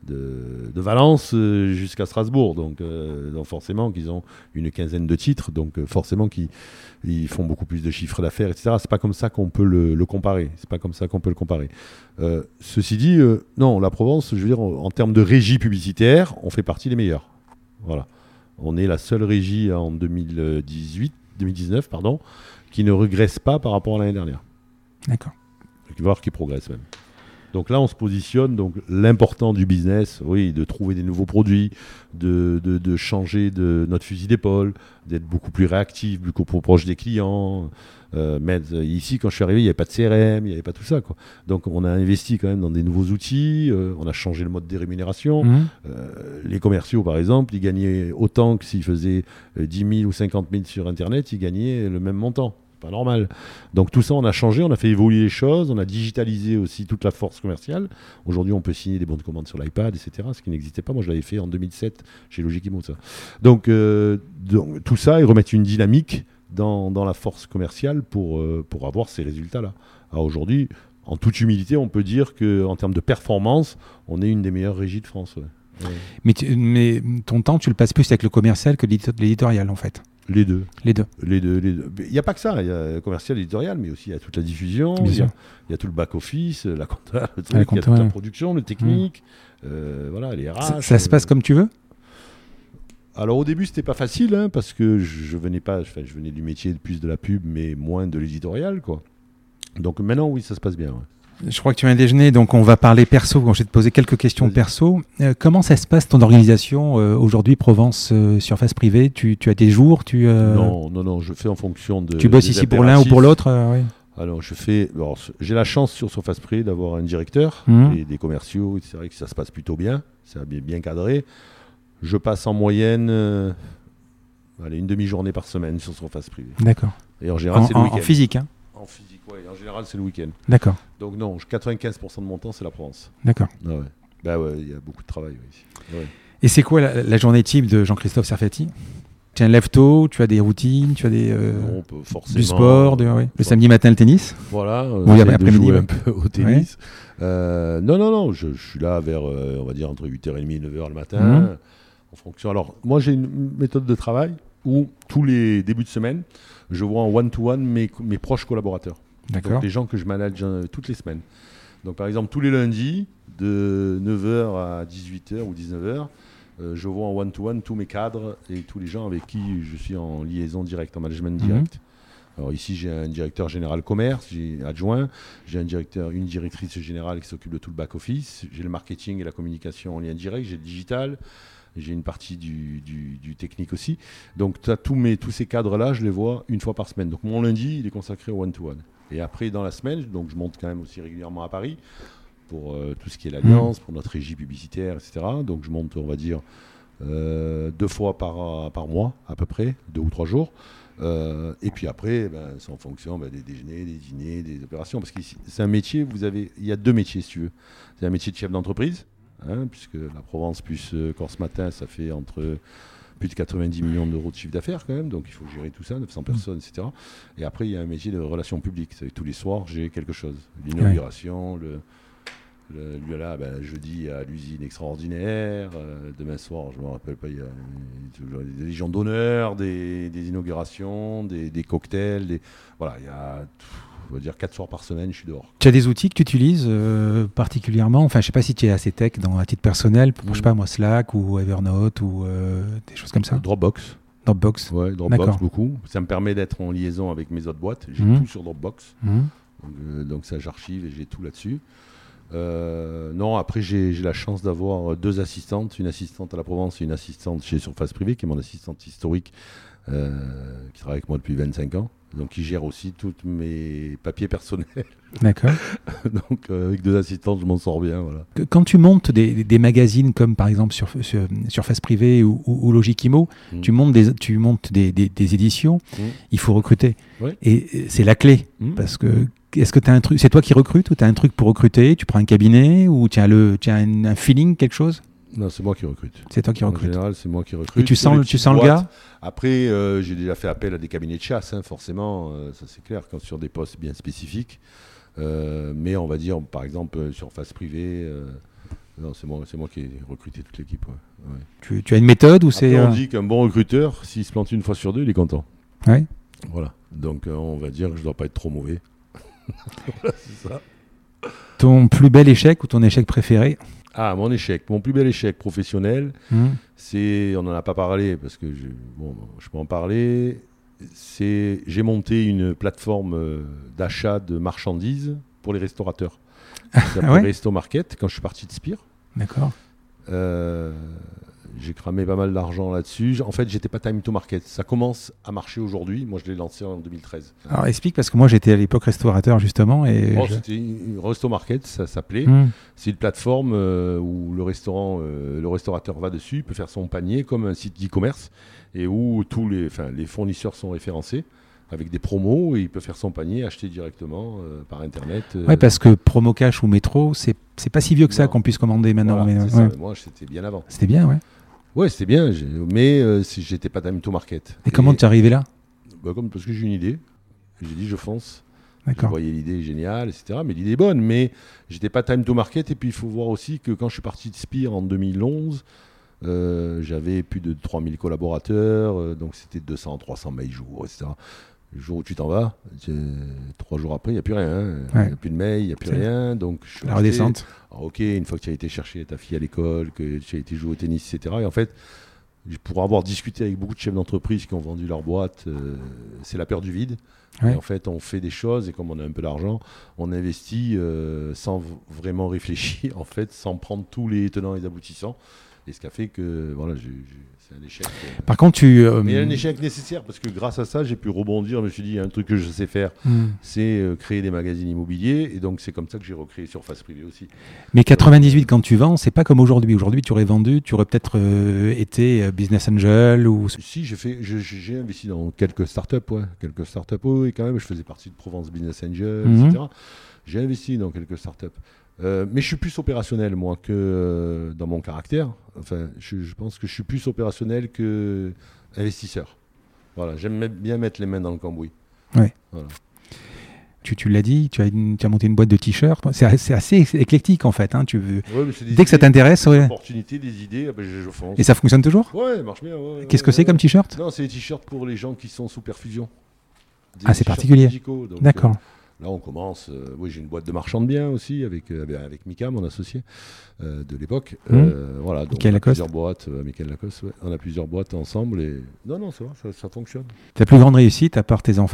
de, de Valence jusqu'à Strasbourg, donc, euh, donc forcément qu'ils ont une quinzaine de titres, donc euh, forcément qu'ils ils font beaucoup plus de chiffres d'affaires, et cetera. C'est pas comme ça qu'on peut le, le comparer. C'est pas comme ça qu'on peut le comparer. Euh, ceci dit, euh, non, la Provence, je veux dire, en, en termes de régie publicitaire, on fait partie des meilleurs. Voilà, on est la seule régie en deux mille dix-huit, deux mille dix-neuf, pardon, qui ne regresse pas par rapport à l'année dernière. D'accord. Voire qui progresse même. Donc là, on se positionne, donc l'important du business, oui, de trouver des nouveaux produits, de, de, de changer de notre fusil d'épaule, d'être beaucoup plus réactif, beaucoup plus proche des clients. Euh, mais ici, quand je suis arrivé, il n'y avait pas de C R M, il n'y avait pas tout ça, quoi. Donc on a investi quand même dans des nouveaux outils, euh, on a changé le mode des rémunérations. Mmh. Euh, les commerciaux, par exemple, ils gagnaient autant que s'ils faisaient dix mille ou cinquante mille sur Internet, ils gagnaient le même montant. Pas normal. Donc tout ça, on a changé, on a fait évoluer les choses, on a digitalisé aussi toute la force commerciale. Aujourd'hui, on peut signer des bons de commande sur l'iPad, et cetera, ce qui n'existait pas. Moi, je l'avais fait en deux mille sept chez Logikimo, ça. Donc, euh, donc tout ça, et remettre une dynamique dans, dans la force commerciale pour, euh, pour avoir ces résultats-là. Alors aujourd'hui, en toute humilité, on peut dire qu'en termes de performance, on est une des meilleures régies de France. Ouais. Ouais. Mais, tu, mais ton temps, tu le passes plus avec le commercial que l'éditorial, en fait. Les deux. Les deux. Les deux, les deux. Il n'y a pas que ça, il y a le commercial éditorial, mais aussi il y a toute la diffusion, il y, a, il y a tout le back-office, la compta, le truc, la compta, il y a toute ouais. la production, le technique, mmh. euh, voilà, les R H. Ça, ça euh, se passe comme tu veux ? Alors au début, c'était pas facile, hein, parce que je, je venais pas, enfin, je venais du métier de plus de la pub, mais moins de l'éditorial, quoi. Donc maintenant, oui, ça se passe bien. Ouais. Je crois que tu viens de déjeuner, donc on va parler perso. Je vais te poser quelques questions Vas-y. perso. Euh, comment ça se passe ton organisation euh, aujourd'hui, Provence euh, Surface Privée ? tu, tu as des jours tu, euh... Non, non, non, je fais en fonction de. Tu bosses ici pour l'un ou pour l'autre euh, oui. Alors, je fais. Alors, j'ai la chance sur Surface Privée d'avoir un directeur mmh. et des commerciaux. C'est vrai que ça se passe plutôt bien. C'est bien, bien cadré. Je passe en moyenne euh, Allez, une demi-journée par semaine sur surface privée. D'accord. Et en général, En, c'est le en- week-end. en physique, hein. En physique, ouais. En général, c'est le week-end. D'accord, Donc non, quatre-vingt-quinze pour cent de mon temps, c'est la Provence. d'accord. Ah ouais. Bah ouais, il y a beaucoup de travail ouais, ici. Ouais. Et c'est quoi la, la journée type de Jean-Christophe Serfati? Tu as un lève-tôt, tu as des routines, tu as des, euh, Non, peu- forcément, du sport, de- euh, ouais. le for- samedi matin le tennis. Voilà, euh, Oui, j'essaie de après-midi, jouer ouais. un peu au tennis. Euh, non, non, non, je, je suis là vers, euh, on va dire, entre huit heures trente et neuf heures le matin. Mhm. En fonction. Alors, moi, j'ai une méthode de travail où, tous les débuts de semaine, je vois en one-to-one mes, mes proches collaborateurs. D'accord. Donc, des gens que je manage euh, toutes les semaines. Donc, par exemple, tous les lundis, de neuf heures à dix-huit heures ou dix-neuf heures, euh, je vois en one-to-one tous mes cadres et tous les gens avec qui je suis en liaison directe, en management Mhm. direct. Alors ici, j'ai un directeur général commerce, j'ai adjoint, j'ai un directeur, une directrice générale qui s'occupe de tout le back-office, j'ai le marketing et la communication en lien direct, j'ai le digital, j'ai une partie du, du, du technique aussi. Donc t'as tous, mes, tous ces cadres-là, je les vois une fois par semaine. Donc mon lundi, il est consacré au one-to-one. Et après, dans la semaine, donc je monte quand même aussi régulièrement à Paris pour euh, tout ce qui est l'alliance, pour notre régie publicitaire, et cetera. Donc je monte, on va dire, euh, deux fois par, par mois à peu près, deux ou trois jours. Euh, et puis après, ben, c'est en fonction ben, des déjeuners, des dîners, des opérations. Parce que c'est un métier, vous avez, il y a deux métiers si tu veux. C'est un métier de chef d'entreprise, hein, puisque la Provence plus euh, Corse Matin, ça fait entre plus de quatre-vingt-dix millions d'euros de chiffre d'affaires quand même. Donc il faut gérer tout ça, neuf cents personnes, et cetera. Et après, il y a un métier de relations publiques. C'est tous les soirs, j'ai quelque chose. L'inauguration, ouais. le... Le, lui là, ben, jeudi à l'usine extraordinaire, euh, demain soir, je ne me rappelle pas, il y a, il y a des légions d'honneur, des, des inaugurations, des, des cocktails, des, voilà, il y a, on va dire quatre soirs par semaine, je suis dehors. Tu as des outils que tu utilises euh, particulièrement, enfin je sais pas si tu es assez tech dans à titre personnel, pour, mmh. je sais pas moi, Slack ou Evernote ou euh, des choses comme ça. Dropbox. Dropbox. Ouais, Dropbox beaucoup. Ça me permet d'être en liaison avec mes autres boîtes. J'ai mmh. tout sur Dropbox. Mmh. Donc, euh, donc ça j'archive et j'ai tout là-dessus. Euh, non, après j'ai, j'ai la chance d'avoir deux assistantes, une assistante à la Provence et une assistante chez Surface Privée, qui est mon assistante historique, euh, qui travaille avec moi depuis vingt-cinq ans, donc qui gère aussi tous mes papiers personnels. D'accord. Donc euh, avec deux assistantes, je m'en sors bien. Voilà. Quand tu montes des, des magazines comme par exemple sur, sur Surface Privée ou, ou, ou Logikimo, mmh. tu montes des, tu montes des, des, des éditions, mmh. il faut recruter. Ouais. Et c'est la clé, mmh. parce que est-ce que tu as un truc, c'est toi qui recrutes ou tu as un truc pour recruter? Tu prends un cabinet ou tu as, le, tu as un, un feeling, quelque chose? Non, c'est moi qui recrute. C'est toi qui recrute. En général, c'est moi qui recrute. Et tu sens, le, tu sens le gars? Après, euh, j'ai déjà fait appel à des cabinets de chasse, hein, forcément, euh, ça c'est clair, quand sur des postes bien spécifiques. Euh, mais on va dire, par exemple, sur Surface Privée, euh, non, c'est moi, c'est moi qui ai recruté toute l'équipe. Ouais. Ouais. Tu, tu as une méthode ou c'est... Après, on euh... dit qu'un bon recruteur, s'il se plante une fois sur deux, il est content. Ouais. Voilà. Donc, euh, on va dire que je ne dois pas être trop mauvais. Voilà, c'est ça. Ton plus bel échec ou ton échec préféré? Ah, mon échec. Mon plus bel échec professionnel, mmh. c'est... On n'en a pas parlé, parce que je, bon, je peux en parler... C'est, j'ai monté une plateforme euh, d'achat de marchandises pour les restaurateurs. Ça s'appelle ah ouais Resto Market, quand je suis parti de Spire. D'accord. Euh, j'ai cramé pas mal d'argent là-dessus. En fait, j'étais pas time to market. Ça commence à marcher aujourd'hui. Moi, je l'ai lancé en deux mille treize. Alors, explique, parce que moi, j'étais à l'époque restaurateur, justement. Et oh, je... C'était une Resto Market, ça s'appelait. Mmh. C'est une plateforme euh, où le restaurant, euh, le restaurateur va dessus, il peut faire son panier comme un site d'e-commerce et où tous les, enfin, les fournisseurs sont référencés avec des promos et il peut faire son panier, acheter directement euh, par Internet. Euh... Oui, parce que Promo Cash ou Métro, c'est, c'est pas si vieux que non. ça qu'on puisse commander maintenant. Voilà, mais, c'est ouais. ça, moi, c'était bien avant. C'était bien, ouais. Ouais, c'était bien, j'ai... mais euh, si j'étais pas time to market. Et, et comment tu es arrivé là? Bah, comme, parce que j'ai une idée. J'ai dit, je fonce. D'accord. Je voyais l'idée géniale, et cetera. Mais l'idée est bonne, mais j'étais pas time to market. Et puis, il faut voir aussi que quand je suis parti de Spire en deux mille onze, euh, j'avais plus de trois mille collaborateurs. Euh, donc, c'était deux cents, trois cents mails jour, et cetera. Le jour où tu t'en vas, trois jours après, il n'y a plus rien. Hein. Il ouais. n'y a plus de mail, il n'y a plus C'est rien. Donc, je suis la redescente. Alors, ok, une fois que tu as été chercher ta fille à l'école, que tu as été jouer au tennis, et cetera. Et en fait, pour avoir discuté avec beaucoup de chefs d'entreprise qui ont vendu leur boîte, euh, c'est la peur du vide. Ouais. Et en fait, on fait des choses et comme on a un peu d'argent, on investit euh, sans v- vraiment réfléchir, en fait, sans prendre tous les tenants et les aboutissants. Et ce qui a fait que voilà, j'ai, j'ai, c'est un échec. Euh... Par contre, tu. Euh... Mais un échec nécessaire parce que grâce à ça, j'ai pu rebondir. Je me suis dit, il y a un truc que je sais faire, mm. c'est euh, créer des magazines immobiliers. Et donc, c'est comme ça que j'ai recréé Surface Privée aussi. Mais quatre-vingt-dix-huit, quand tu vends, c'est pas comme aujourd'hui. Aujourd'hui, tu aurais vendu, tu aurais peut-être euh, été business angel ou. Si, j'ai, fait, je, j'ai investi dans quelques startups, ouais. Quelques startups, oui, et quand même, je faisais partie de Provence Business Angel, mm-hmm. et cetera. J'ai investi dans quelques startups. Euh, mais je suis plus opérationnel, moi, que euh, dans mon caractère. Enfin, je, je pense que je suis plus opérationnel que investisseur. Voilà, j'aime bien mettre les mains dans le cambouis. Ouais. Voilà. Tu, tu l'as dit, tu as, une, tu as monté une boîte de t-shirts. C'est, c'est assez éclectique, en fait. Hein. Tu veux... ouais, mais c'est des Dès que ça t'intéresse, des ouais. opportunités, des idées, ah ben je, je fonce. Et ça fonctionne toujours ? Ouais, ça marche bien. Ouais, Qu'est-ce ouais, que c'est ouais. comme t-shirt ? Non, c'est des t-shirts pour les gens qui sont sous perfusion. Des ah, c'est particulier. Médicaux, donc, D'accord. Euh, Là, on commence. Euh, oui, j'ai une boîte de marchand de biens aussi avec, euh, avec Mika, mon associé euh, de l'époque. Mmh. Euh, voilà, donc Michael on a Lacoste. plusieurs boîtes. Euh, Michael Lacoste, ouais. On a plusieurs boîtes ensemble et non, non, ça va, ça, ça fonctionne. Ta plus grande réussite, à part tes enfants ?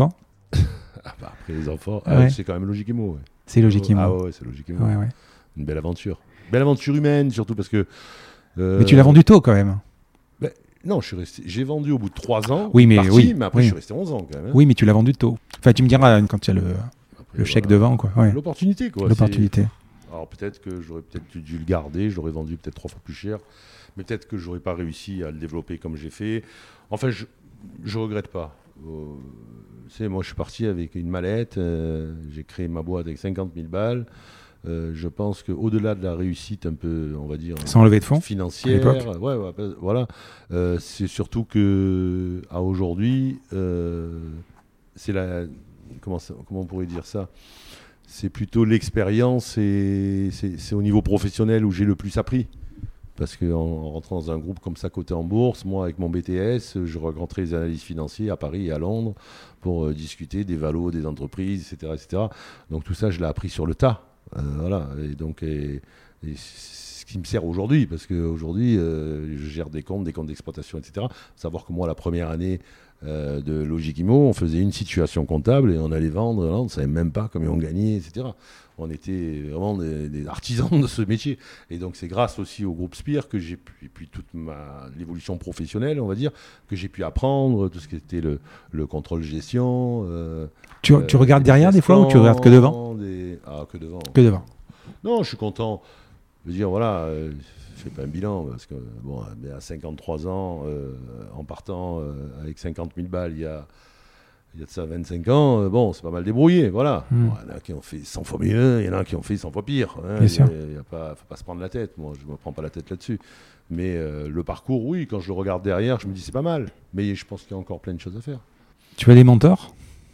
Ah bah, après les enfants, ouais. ah, c'est quand même Logiquimo. Ouais. C'est Logiquimo. Ah ouais, c'est Logiquimo. Ouais, ouais. Une belle aventure. Belle aventure humaine, surtout parce que. Euh, mais tu l'as vendu tôt quand même. Ben, non, je suis resté, j'ai vendu au bout de trois ans. Oui, mais, parti, oui, mais après oui. je suis resté onze ans quand même. Hein. Oui, mais tu l'as vendu tôt. Enfin, tu me diras quand il y a le, après, le chèque voilà. devant. Quoi. Ouais. L'opportunité. Quoi. L'opportunité. C'est... Alors peut-être que j'aurais peut-être dû le garder, je l'aurais vendu peut-être trois fois plus cher. Mais peut-être que j'aurais pas réussi à le développer comme j'ai fait. Enfin, je ne regrette pas. Euh, c'est, moi, je suis parti avec une mallette. Euh, j'ai créé ma boîte avec cinquante mille balles. Euh, je pense qu'au-delà de la réussite un peu, on va dire, sans levée de fonds financière, ouais, ouais, voilà, euh, c'est surtout que à aujourd'hui, euh, c'est la, comment, ça, comment on pourrait dire ça, c'est plutôt l'expérience et c'est, c'est au niveau professionnel où j'ai le plus appris. Parce qu'en en rentrant dans un groupe comme ça, coté en bourse, moi, avec mon B T S, je rencontrais les analystes financiers à Paris et à Londres pour euh, discuter des valos des entreprises, et cetera, et cetera. Donc tout ça, je l'ai appris sur le tas. Euh, voilà. Et donc, et, et c'est ce qui me sert aujourd'hui, parce qu'aujourd'hui, euh, je gère des comptes, des comptes d'exploitation, et cetera. Savoir que moi, la première année euh, de Logiquimo, on faisait une situation comptable et on allait vendre, là, on ne savait même pas combien on gagnait, et cetera. On était vraiment des, des artisans de ce métier. Et donc, c'est grâce aussi au groupe Spire que j'ai pu, et puis toute ma, l'évolution professionnelle, on va dire, que j'ai pu apprendre tout ce qui était le, le contrôle gestion. Euh, tu, euh, tu regardes derrière des fois ou tu regardes que devant des... Ah, que devant. Que devant. Non, je suis content. Je veux dire, voilà, euh, je fais pas un bilan parce que, bon, à cinquante-trois ans, euh, en partant euh, avec cinquante mille balles, il y a. Il y a de ça vingt-cinq ans, euh, bon, c'est pas mal débrouillé, voilà. Mmh. Bon, il y en a qui ont fait cent fois mieux, il y en a qui ont fait cent fois pire. Hein. Bien sûr. Il ne faut pas se prendre la tête, moi, je ne me prends pas la tête là-dessus. Mais euh, le parcours, oui, quand je le regarde derrière, je me dis c'est pas mal. Mais je pense qu'il y a encore plein de choses à faire. Tu as des mentors ?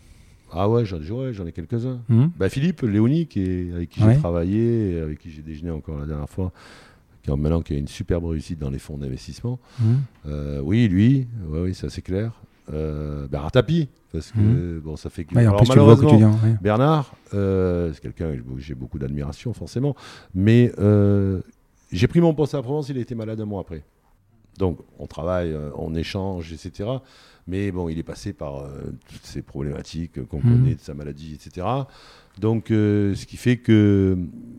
Ah ouais, j'en, ouais, j'en ai quelques-uns. Mmh. Bah, Philippe Léoni, qui est, avec qui ouais. j'ai travaillé, avec qui j'ai déjeuné encore la dernière fois, qui a, maintenant qui a une superbe réussite dans les fonds d'investissement. Mmh. Euh, oui, lui, ouais, oui, ça c'est clair. Euh, Bernard Tapie, parce que mmh. bon, ça fait que. Ouais, en alors, plus, malheureusement, tu le vois au quotidien, ouais. Bernard, euh, c'est quelqu'un que j'ai beaucoup d'admiration, forcément, mais euh, j'ai pris mon poste à Provence, il a été malade un mois après. Donc, on travaille, euh, on échange, et cetera. Mais bon, il est passé par euh, toutes ces problématiques qu'on mmh. connaît de sa maladie, et cetera. Donc, euh, ce qui fait que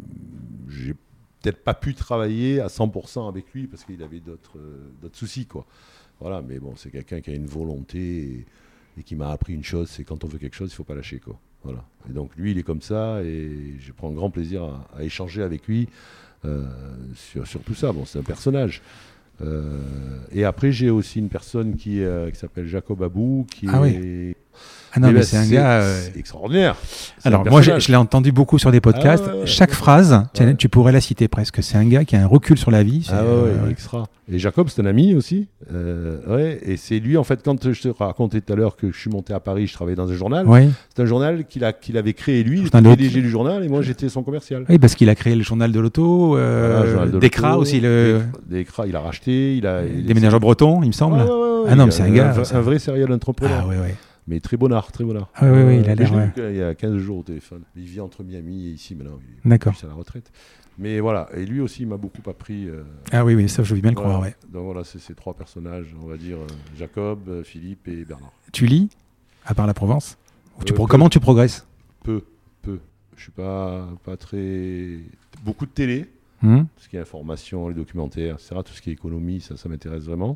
j'ai peut-être pas pu travailler à cent pour cent avec lui parce qu'il avait d'autres, euh, d'autres soucis, quoi. Voilà, mais bon, c'est quelqu'un qui a une volonté et, et qui m'a appris une chose, c'est quand on veut quelque chose, il ne faut pas lâcher, quoi. Voilà. Et donc lui, il est comme ça et je prends grand plaisir à, à échanger avec lui euh, sur, sur tout ça. Bon, c'est un personnage. Euh, et après, j'ai aussi une personne qui, euh, qui s'appelle Jacob Abou, qui ah est... Oui. Ah non, mais ben, c'est un gars euh... c'est extraordinaire. C'est Alors moi, je, je l'ai entendu beaucoup sur des podcasts. Ah ouais, ouais, Chaque ouais, phrase, ouais. tu, tu pourrais la citer presque. C'est un gars qui a un recul sur la vie. C'est, ah ouais, euh, ouais, extra. Et Jacob, c'est un ami aussi. Euh, ouais, et c'est lui, en fait, quand je te racontais tout à l'heure que je suis monté à Paris, je travaillais dans un journal. Oui. C'est un journal qu'il, a, qu'il avait créé lui. Il était P D G du journal et moi, j'étais son commercial. Oui, parce qu'il a créé le journal de l'auto, euh, voilà, Décra aussi. Le... Décra, il a racheté. Il a, il Déménageur breton, il me semble. Ah, ouais, ouais, ouais, ah non, mais c'est un gars. Un, un vrai serial entrepreneur. Ah ouais, ouais. Mais très bon art, très bon art. Ah oui, oui, il a l'air. Ouais. Il y a quinze jours au téléphone. Il vit entre Miami et ici maintenant. Il D'accord. est à la retraite. Mais voilà, et lui aussi, il m'a beaucoup appris. Euh, ah oui, oui, ça, je veux bien le voilà. croire, ouais. Donc voilà, c'est ces trois personnages, on va dire euh, Jacob, euh, Philippe et Bernard. Tu lis, à part la Provence euh, tu pro- Comment tu progresses ? Peu, peu. Je suis pas, pas très. Beaucoup de télé. Mmh. Tout ce qui est information, les documentaires, et cetera. Tout ce qui est économie, ça, ça m'intéresse vraiment.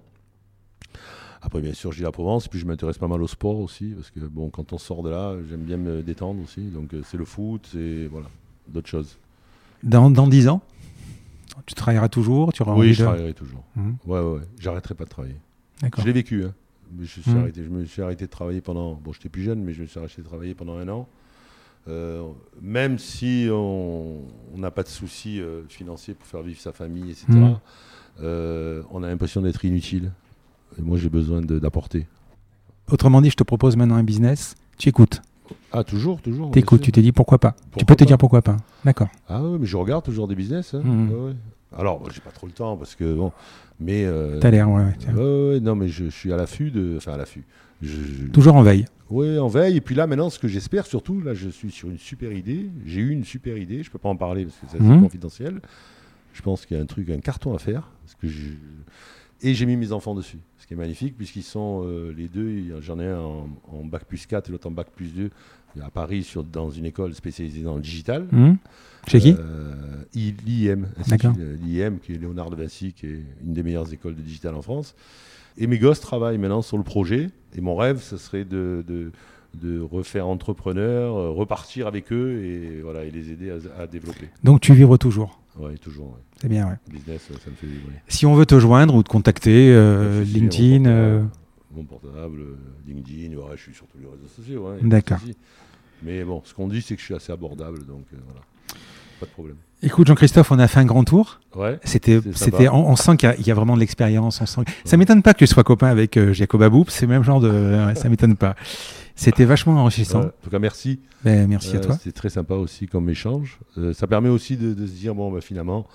Après, bien sûr, j'ai la Provence, puis je m'intéresse pas mal au sport aussi, parce que bon, quand on sort de là, j'aime bien me détendre aussi. Donc, euh, c'est le foot, c'est voilà, d'autres choses. Dans, dans dix ans, tu travailleras toujours, tu auras Oui, envie je de... travaillerai toujours. Mmh. Ouais, ouais, ouais. J'arrêterai pas de travailler. D'accord. Je l'ai vécu, hein. Je, suis mmh. arrêté, je me suis arrêté de travailler pendant... Bon, j'étais plus jeune, mais je me suis arrêté de travailler pendant un an. Euh, même si on n'a pas de soucis euh, financiers pour faire vivre sa famille, et cetera, mmh. euh, on a l'impression d'être inutile. Et moi, j'ai besoin de, d'apporter. Autrement dit, je te propose maintenant un business, tu écoutes. Ah, toujours, toujours. T'écoutes, tu t'es dit pourquoi pas. Pourquoi tu peux te pas. dire pourquoi pas. D'accord. Ah oui, mais je regarde toujours des business. Hein. Mmh. Ouais, ouais. Alors, bon, j'ai pas trop le temps parce que bon, mais. Euh, T'as l'air, ouais. ouais, ouais, ouais non, mais je, je suis à l'affût de, enfin à l'affût. Je, je... Toujours en veille. Oui, en veille. Et puis là, maintenant, ce que j'espère surtout, là, je suis sur une super idée. J'ai eu une super idée. Je peux pas en parler parce que c'est assez mmh. confidentiel. Je pense qu'il y a un truc, un carton à faire. Parce que je... Et j'ai mis mes enfants dessus. Ce qui est magnifique, puisqu'ils sont euh, les deux. J'en ai un en, en bac plus quatre et l'autre en bac plus deux. À Paris, sur, dans une école spécialisée dans le digital. Mmh. Chez qui euh, l'I M. D'accord. L'I M, qui est Léonard de Vinci, qui est une des meilleures écoles de digital en France. Et mes gosses travaillent maintenant sur le projet. Et mon rêve, ce serait de, de, de refaire entrepreneur, euh, repartir avec eux et, voilà, et les aider à, à développer. Donc tu vibres toujours. Oui, toujours. Ouais. C'est bien, ouais. Le business, ça me fait vibrer. Si on veut te joindre ou te contacter, euh, LinkedIn... Mon portable, euh... mon portable, LinkedIn, ouais, je suis sur tous les réseaux sociaux. Ouais, D'accord. Mais bon, ce qu'on dit, c'est que je suis assez abordable, donc euh, voilà, pas de problème. Écoute, Jean-Christophe, on a fait un grand tour. Ouais. C'était, c'était, on, on sent qu'il y a, il y a vraiment de l'expérience. On sent. Que... Ouais. Ça m'étonne pas que tu sois copain avec euh, Jacob Abou. C'est le même genre de. Ouais, ça m'étonne pas. C'était vachement enrichissant. Ouais, en tout cas, merci. Ben, merci euh, à toi. C'était très sympa aussi comme échange. Euh, ça permet aussi de, de se dire bon, bah, finalement.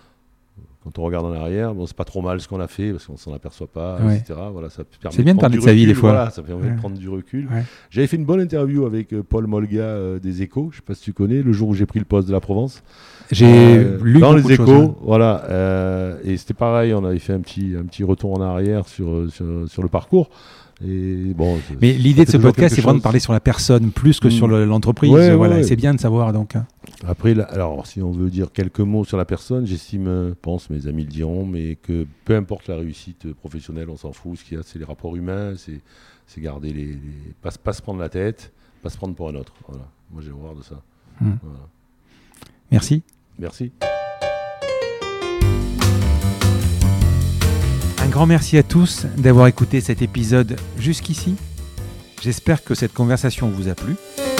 Quand on regarde en arrière, bon, c'est pas trop mal ce qu'on a fait parce qu'on s'en aperçoit pas, ouais. et cetera. Voilà, ça permet c'est bien de parler de sa vie des fois. Voilà, ça permet ouais. de prendre du recul. Ouais. J'avais fait une bonne interview avec euh, Paul Molga euh, des Échos. Je sais pas si tu connais, le jour où j'ai pris le poste de la Provence. J'ai euh, lu dans les Échos, choses, hein. voilà. Euh, et c'était pareil, on avait fait un petit un petit retour en arrière sur sur, sur le parcours. Et bon, mais l'idée de ce podcast, c'est vraiment de parler sur la personne plus que mmh. sur le, l'entreprise. Ouais, voilà, ouais, ouais. C'est bien de savoir donc. Après, là, alors, si on veut dire quelques mots sur la personne, j'estime, je pense, mes amis le diront, mais que peu importe la réussite professionnelle, on s'en fout. Ce qu'il y a, c'est les rapports humains, c'est, c'est garder les, les pas, pas se prendre la tête, pas se prendre pour un autre. Voilà. Moi, j'ai horreur de ça. Mmh. Voilà. Merci. Merci. Un grand merci à tous d'avoir écouté cet épisode jusqu'ici. J'espère que cette conversation vous a plu.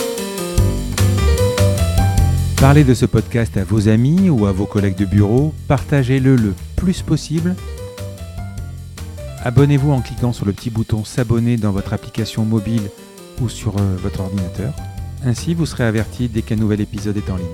Parlez de ce podcast à vos amis ou à vos collègues de bureau. Partagez-le le plus possible. Abonnez-vous en cliquant sur le petit bouton s'abonner dans votre application mobile ou sur euh, votre ordinateur. Ainsi, vous serez averti dès qu'un nouvel épisode est en ligne.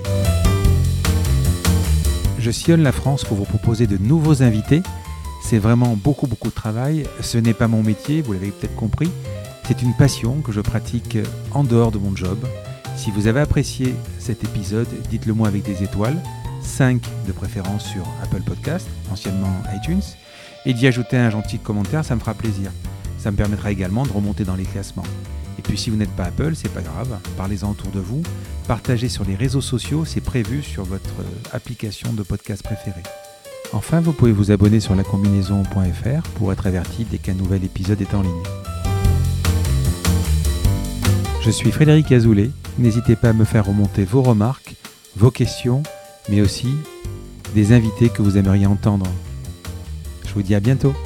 Je sillonne la France pour vous proposer de nouveaux invités. C'est vraiment beaucoup, beaucoup de travail. Ce n'est pas mon métier, vous l'avez peut-être compris. C'est une passion que je pratique en dehors de mon job. Si vous avez apprécié cet épisode, dites-le moi avec des étoiles, cinq de préférence sur Apple Podcast, anciennement iTunes, et d'y ajouter un gentil commentaire, ça me fera plaisir. Ça me permettra également de remonter dans les classements. Et puis si vous n'êtes pas Apple, c'est pas grave, parlez-en autour de vous, partagez sur les réseaux sociaux, c'est prévu sur votre application de podcast préférée. Enfin, vous pouvez vous abonner sur la combinaison point f r pour être averti dès qu'un nouvel épisode est en ligne. Je suis Frédéric Azoulay. N'hésitez pas à me faire remonter vos remarques, vos questions, mais aussi des invités que vous aimeriez entendre. Je vous dis à bientôt.